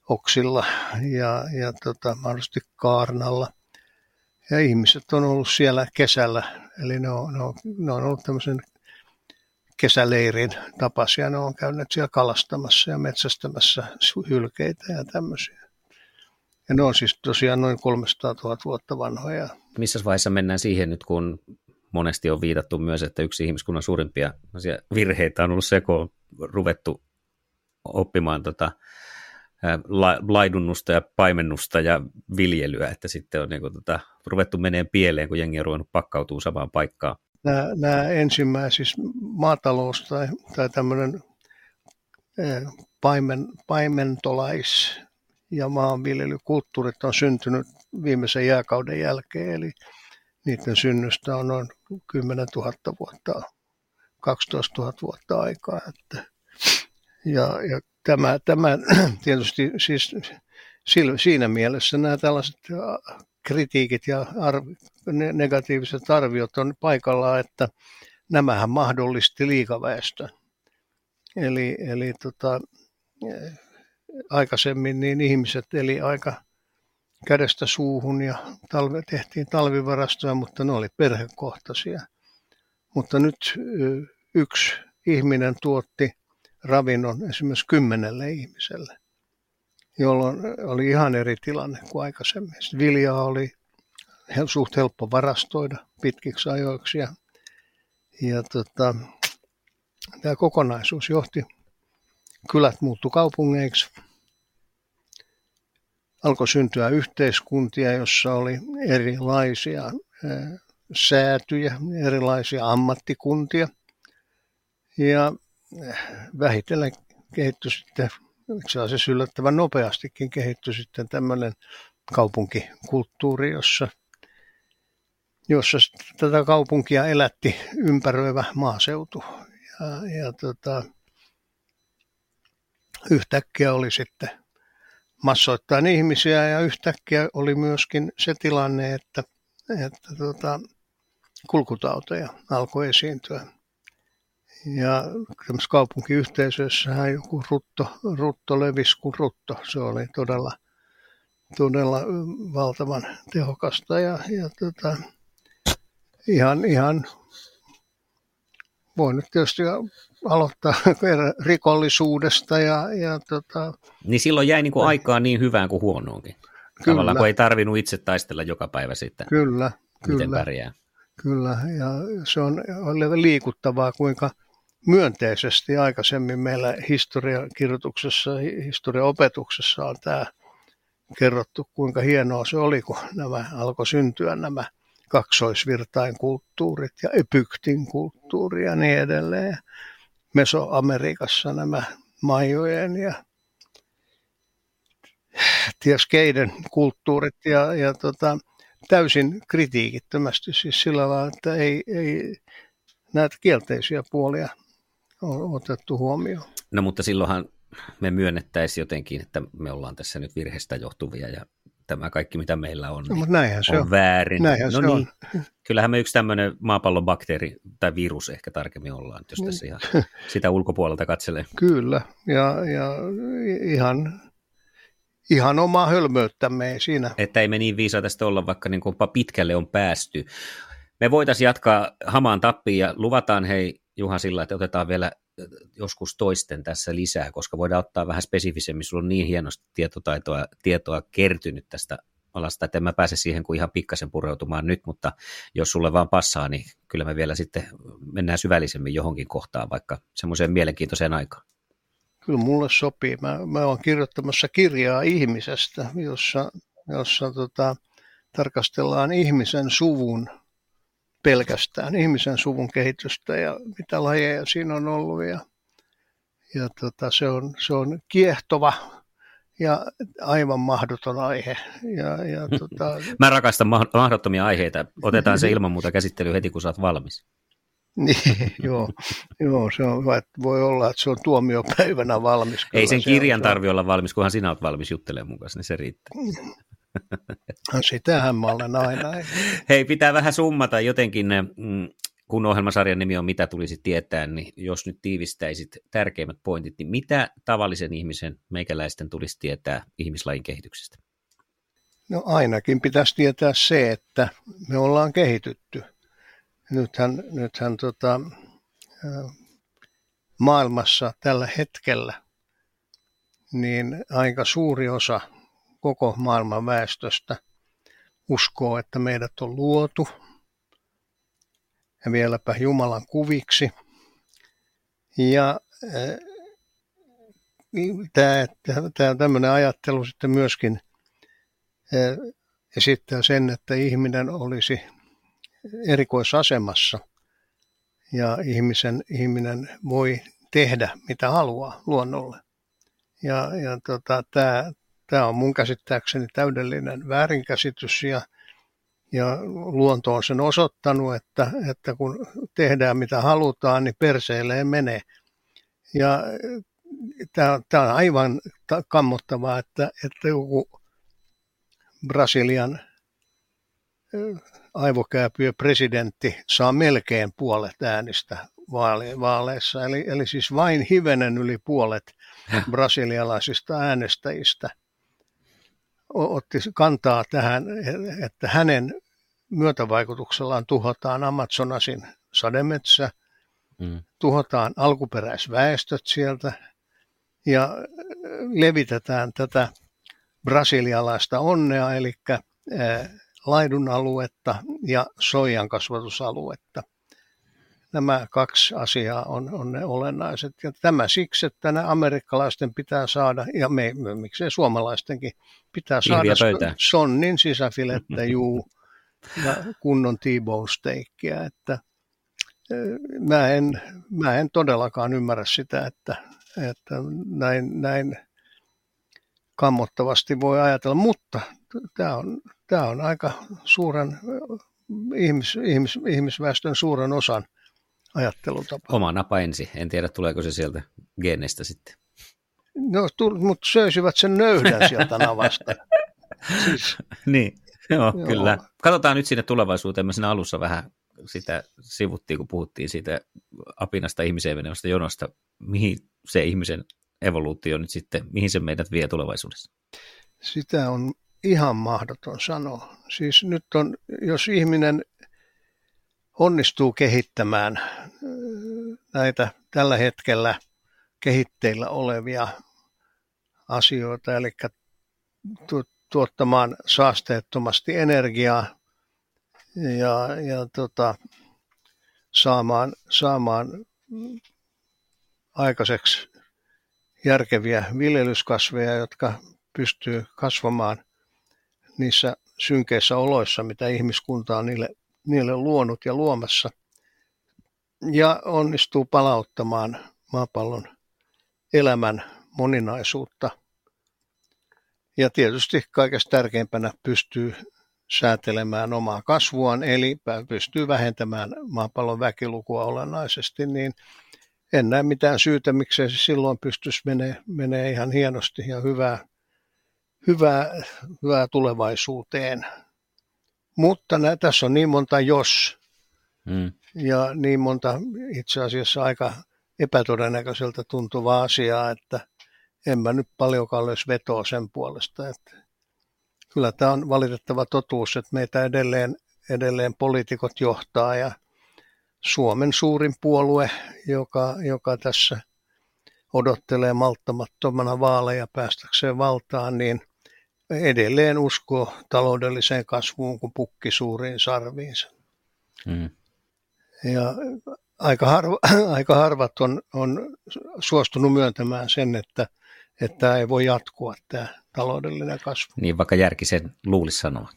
oksilla ja, ja tota, mahdollisesti kaarnalla. Ja ihmiset on ollut siellä kesällä, eli ne on, ne on, ne on ollut tämmöisen kesäleirin tapaisia. Ne on käyneet siellä kalastamassa ja metsästämässä hylkeitä ja tämmöisiä. Ja ne on siis tosiaan noin kolmesataatuhatta vuotta vanhoja. Missä vaiheessa mennään siihen nyt, kun monesti on viitattu myös, että yksi ihmiskunnan suurimpia virheitä on ollut se, kun on ruvettu oppimaan tota, la, laidunnusta ja paimennusta ja viljelyä, että sitten on niin kuin, tota, ruvettu meneen pieleen, kun jengi on ruvennut pakkautuu samaan paikkaan. Nämä, nämä ensimmäiset maatalous tai, tai tämmöinen paimen, paimentolais- ja maanviljelykulttuurit on syntynyt viimeisen jääkauden jälkeen, eli niiden synnystä on noin kymmenentuhatta vuotta, kaksitoistatuhatta vuotta aikaa. Että, ja, ja tämä, tämä tietysti siis siinä mielessä nämä tällaiset kritiikit ja arvi, negatiiviset arviot on paikallaan, että nämähän mahdollisti liikaväestön. Eli, eli tota, aikaisemmin niin ihmiset eli aika kädestä suuhun ja talve, tehtiin talvivarastoja, mutta ne oli perhekohtaisia. Mutta nyt yksi ihminen tuotti ravinnon esimerkiksi kymmenelle ihmiselle, jolloin oli ihan eri tilanne kuin aikaisemmin. Sitten viljaa oli suht helppo varastoida pitkiksi ajoiksi ja, ja tota, tämä kokonaisuus johti, kylät muuttui kaupungeiksi. Alkoi syntyä yhteiskuntia, jossa oli erilaisia säätyjä, erilaisia ammattikuntia. Ja vähitellen kehittyi sitten, itse asiassa yllättävän nopeastikin kehittyi sitten tämmöinen kaupunkikulttuuri, jossa, jossa tätä kaupunkia elätti ympäröivä maaseutu. Ja, ja tota, yhtäkkiä oli sitten massoittain ihmisiä ja yhtäkkiä oli myöskin se tilanne, että, että tota, kulkutauteja alkoi esiintyä. Ja tämmöisessä kaupunkiyhteisössähän joku rutto, rutto levisi kuin rutto. Se oli todella, todella valtavan tehokasta ja, ja tota, ihan, ihan voin nyt tietysti aloittaa rikollisuudesta. Ja, ja tota, niin silloin jäi niin kuin aikaa niin hyvään kuin huonoonkin. Kyllä. Tavallaan kun ei tarvinnut itse taistella joka päivä sitten, kyllä, miten kyllä, pärjää. Kyllä, ja se on liikuttavaa, kuinka myönteisesti aikaisemmin meillä historiakirjoituksessa, historiaopetuksessa on tämä kerrottu, kuinka hienoa se oli, kun nämä alkoi syntyä nämä kaksoisvirtain kulttuurit ja Epyktin kulttuuri ja niin edelleen. Mesoamerikassa nämä Maijojen ja ties keiden kulttuurit ja, ja tota, täysin kritiikittömästi siis sillä lailla, että ei, ei näitä kielteisiä puolia ole otettu huomioon. No mutta silloinhan me myönnettäisiin jotenkin, että me ollaan tässä nyt virheestä johtuvia ja tämä kaikki mitä meillä on, no, niin se on, on väärin. Näinhän no se niin, on. Kyllähän me yksi tämmöinen maapallon bakteeri tai virus ehkä tarkemmin ollaan, jos tässä ihan sitä ulkopuolelta katselee. Kyllä, ja, ja ihan... Ihan omaa hölmöyttämme ei siinä. Että ei me niin viisaita sitten olla, vaikka niin kuin pitkälle on päästy. Me voitaisiin jatkaa hamaan tappiin ja luvataan hei Juha sillä, että otetaan vielä joskus toisten tässä lisää, koska voidaan ottaa vähän spesifisemmin. Sulla on niin hienosti tietotaitoa, tietoa kertynyt tästä alasta, että en mä pääse siihen kuin ihan pikkasen pureutumaan nyt, mutta jos sulle vaan passaa, niin kyllä me vielä sitten mennään syvällisemmin johonkin kohtaan, vaikka semmoiseen mielenkiintoiseen aikaan. Kyllä mulle sopii. Mä, mä olen kirjoittamassa kirjaa ihmisestä, jossa, jossa tota, tarkastellaan ihmisen suvun pelkästään, ihmisen suvun kehitystä ja mitä lajeja siinä on ollut. Ja, ja tota, se, on, se on kiehtova ja aivan mahdoton aihe. Ja, ja, tota... Mä rakastan mahdottomia aiheita. Otetaan se ilman muuta käsittelyyn heti, kun sä oot valmis. Niin, joo, joo, se on, voi olla, että se on tuomiopäivänä valmis. Ei sen kirjan tarvitse olla valmis, kunhan sinä olet valmis juttelemaan mukaan, niin se riittää. Sitähän mä olen aina. Hei, pitää vähän summata jotenkin. kun ohjelmasarjan nimi on Mitä tulisi tietää, niin jos nyt tiivistäisit tärkeimmät pointit, niin mitä tavallisen ihmisen, meikäläisten tulisi tietää ihmislajin kehityksestä? No ainakin pitäisi tietää se, että me ollaan kehitytty. Nythän, nythän tota, maailmassa tällä hetkellä niin aika suuri osa koko maailman väestöstä uskoo, että meidät on luotu ja vieläpä Jumalan kuviksi. Ja tämä tämmöinen ajattelu sitten myöskin esittää sen, että ihminen olisi erikoisasemassa ja ihmisen, ihminen voi tehdä mitä haluaa luonnolle. Ja, ja tota, tämä, tämä on mun käsittääkseni täydellinen väärinkäsitys ja, ja luonto on sen osoittanut, että, että kun tehdään mitä halutaan, niin perseelleen menee. Ja tämä, tämä on aivan kammottavaa, että, että joku Brasilian aivokääpyö presidentti saa melkein puolet äänistä vaaleissa, eli, eli siis vain hivenen yli puolet brasilialaisista äänestäjistä otti kantaa tähän, että hänen myötävaikutuksellaan tuhotaan Amazonasin sademetsä, mm. tuhotaan alkuperäisväestöt sieltä ja levitetään tätä brasilialaista onnea, eli laidunaluetta ja soijan kasvatusaluetta. Nämä kaksi asiaa on, on ne olennaiset. Ja tämä siksi, että nämä amerikkalaisten pitää saada, ja me, miksei suomalaistenkin, pitää saada sonnin sisäfilettä juu ja kunnon T-bone steikkiä. Että, mä, en, mä en todellakaan ymmärrä sitä, että, että näin, näin kammottavasti voi ajatella, mutta tämä on, tämä on aika suuren ihmis, ihmis, ihmisväestön suuren osan ajattelutapa. Oma napa ensin. En tiedä, tuleeko se sieltä geeneistä sitten. No, mutta söisivät sen nöydän sieltä navasta. Siis, niin, joo, joo, kyllä. Katsotaan nyt sinne tulevaisuuteen. Mä siinä alussa vähän sitä sivuttiin, kun puhuttiin siitä apinasta ihmiseen menevästä jonosta. Mihin se ihmisen evoluutio nyt sitten, mihin se meidät vie tulevaisuudessa? Sitä on ihan mahdoton sanoa. Siis nyt on, jos ihminen onnistuu kehittämään näitä tällä hetkellä kehitteillä olevia asioita, eli tuottamaan saasteettomasti energiaa ja, ja tota, saamaan, saamaan aikaiseksi järkeviä viljelyskasveja, jotka pystyy kasvamaan niissä synkeissä oloissa, mitä ihmiskunta on niille, niille luonut ja luomassa, ja onnistuu palauttamaan maapallon elämän moninaisuutta. Ja tietysti kaikesta tärkeimpänä pystyy säätelemään omaa kasvuaan, eli pystyy vähentämään maapallon väkilukua olennaisesti, niin en näe mitään syytä, miksei se silloin pystyisi menee, menee ihan hienosti ja hyvää, hyvää, hyvää tulevaisuuteen. Mutta nää, tässä on niin monta jos mm. ja niin monta itse asiassa aika epätodennäköiseltä tuntuvaa asiaa, että en mä nyt paljonkaan löisi vetoa sen puolesta. Että kyllä tämä on valitettava totuus, että meitä edelleen, edelleen poliitikot johtaa ja Suomen suurin puolue, joka, joka tässä odottelee malttamattomana vaaleja päästäkseen valtaan, niin edelleen uskoo taloudelliseen kasvuun kuin pukki suuriin sarviinsa. Mm. Ja aika, harva, aika harvat on, on suostunut myöntämään sen, että, että tämä ei voi jatkua, tämä taloudellinen kasvu. Niin, vaikka järki sen luulisi sanoa.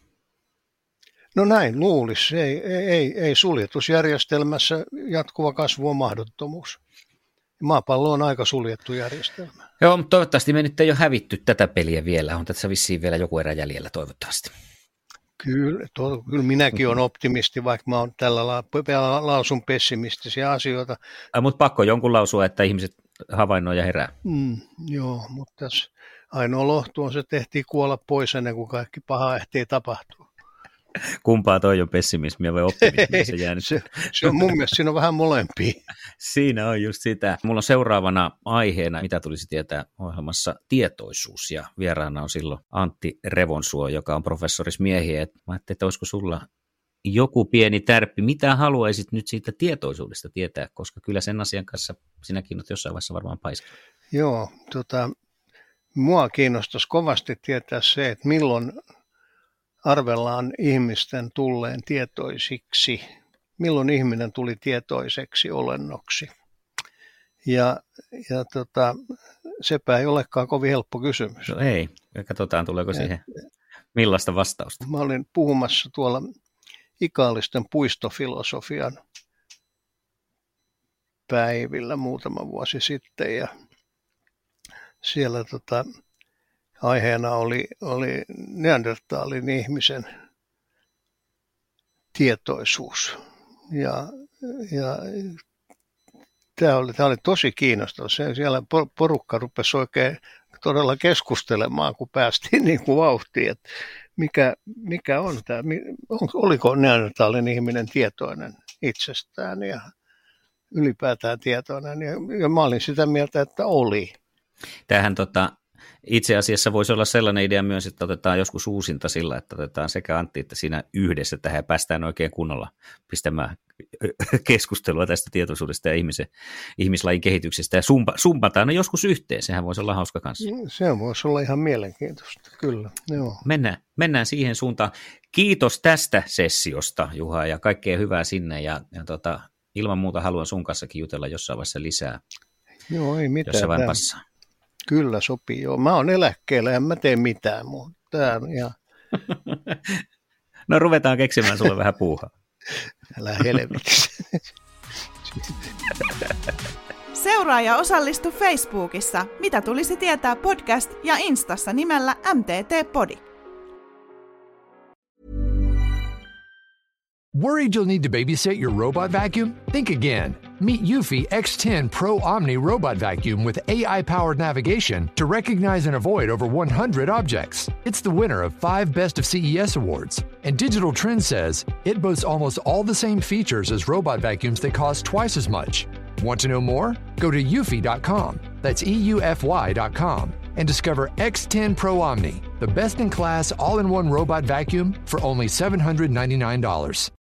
No näin luulisi. Ei, ei, ei suljetusjärjestelmässä jatkuva kasvu on mahdottomuus. Maapallo on aika suljettu järjestelmä. Joo, mutta toivottavasti me nyt ei ole hävitty tätä peliä vielä. On tässä vissiin vielä joku erä jäljellä toivottavasti. Kyllä, to, kyllä minäkin olen optimisti, vaikka mä oon tällä la, lausun pessimistisiä asioita. Mutta pakko jonkun lausua, että ihmiset havainnoi ja herää. Mm, joo, mutta tässä ainoa lohtu on se, tehtiin kuolla pois ennen kuin kaikki paha ehtii tapahtua. Kumpaa toi on, pessimismiä vai optimismia? Se, jää nyt. se, se on mun mielestä, siinä on vähän molempia. Siinä on just sitä. Mulla on seuraavana aiheena, mitä tulisi tietää ohjelmassa, tietoisuus. Ja vieraana on silloin Antti Revonsuo, joka on professoris miehiä. Mä ajattelin, että olisiko sulla joku pieni tärppi. Mitä haluaisit nyt siitä tietoisuudesta tietää, koska kyllä sen asian kanssa sinäkin olet jossain vaiheessa varmaan paiskaa. Joo, tota, mua kiinnostaisi kovasti tietää se, että milloin arvellaan ihmisten tulleen tietoisiksi, milloin ihminen tuli tietoiseksi olennoksi. Ja, ja tota, sepä ei olekaan kovin helppo kysymys. No ei, katsotaan tuleeko siihen millaista vastausta. Mä olin puhumassa tuolla Ikaalisten puistofilosofian päivillä muutama vuosi sitten ja siellä tota, aiheena oli, oli neandertaalin ihmisen tietoisuus. Ja, ja tämä oli, tämä oli tosi kiinnostava. Siellä porukka rupesi oikein todella keskustelemaan, kun päästiin niin kuin vauhtiin, että mikä, mikä on tämä, oliko neandertaalin ihminen tietoinen itsestään ja ylipäätään tietoinen. Ja, ja mä olin sitä mieltä, että oli. Tämähän tota, itse asiassa voisi olla sellainen idea myös, että otetaan joskus uusinta sillä, että otetaan sekä Antti että siinä yhdessä tähän ja päästään oikein kunnolla pistämään keskustelua tästä tietoisuudesta ja ihmisen, ihmislajin kehityksestä ja sumpa, sumpataan ne joskus yhteen. Sehän voisi olla hauska kanssa. Se voisi olla ihan mielenkiintoista, kyllä. Joo. Mennään, mennään siihen suuntaan. Kiitos tästä sessiosta, Juha, ja kaikkea hyvää sinne ja, ja tota, ilman muuta haluan sun kanssakin jutella jossain vaiheessa lisää. Joo, ei mitään. Jos se vain passaa. Kyllä sopii, joo. Mä oon eläkkeellä, en mä tee mitään, mutta tää on ihan... No ruvetaan keksimään sulle vähän puuhaa. Älä helvetissä. Seuraa ja osallistu Facebookissa Mitä tulisi tietää podcast ja Instassa nimellä M T T Podi. Worried you'll need to babysit your robot vacuum? Think again. Meet Eufy X ten Pro Omni Robot Vacuum with A I-powered navigation to recognize and avoid over one hundred objects. It's the winner of five Best of C E S awards. And Digital Trends says it boasts almost all the same features as robot vacuums that cost twice as much. Want to know more? Go to eufy dot com. That's E U F Y dot com. And discover X ten Pro Omni, the best-in-class all-in-one robot vacuum for only seven hundred ninety-nine dollars.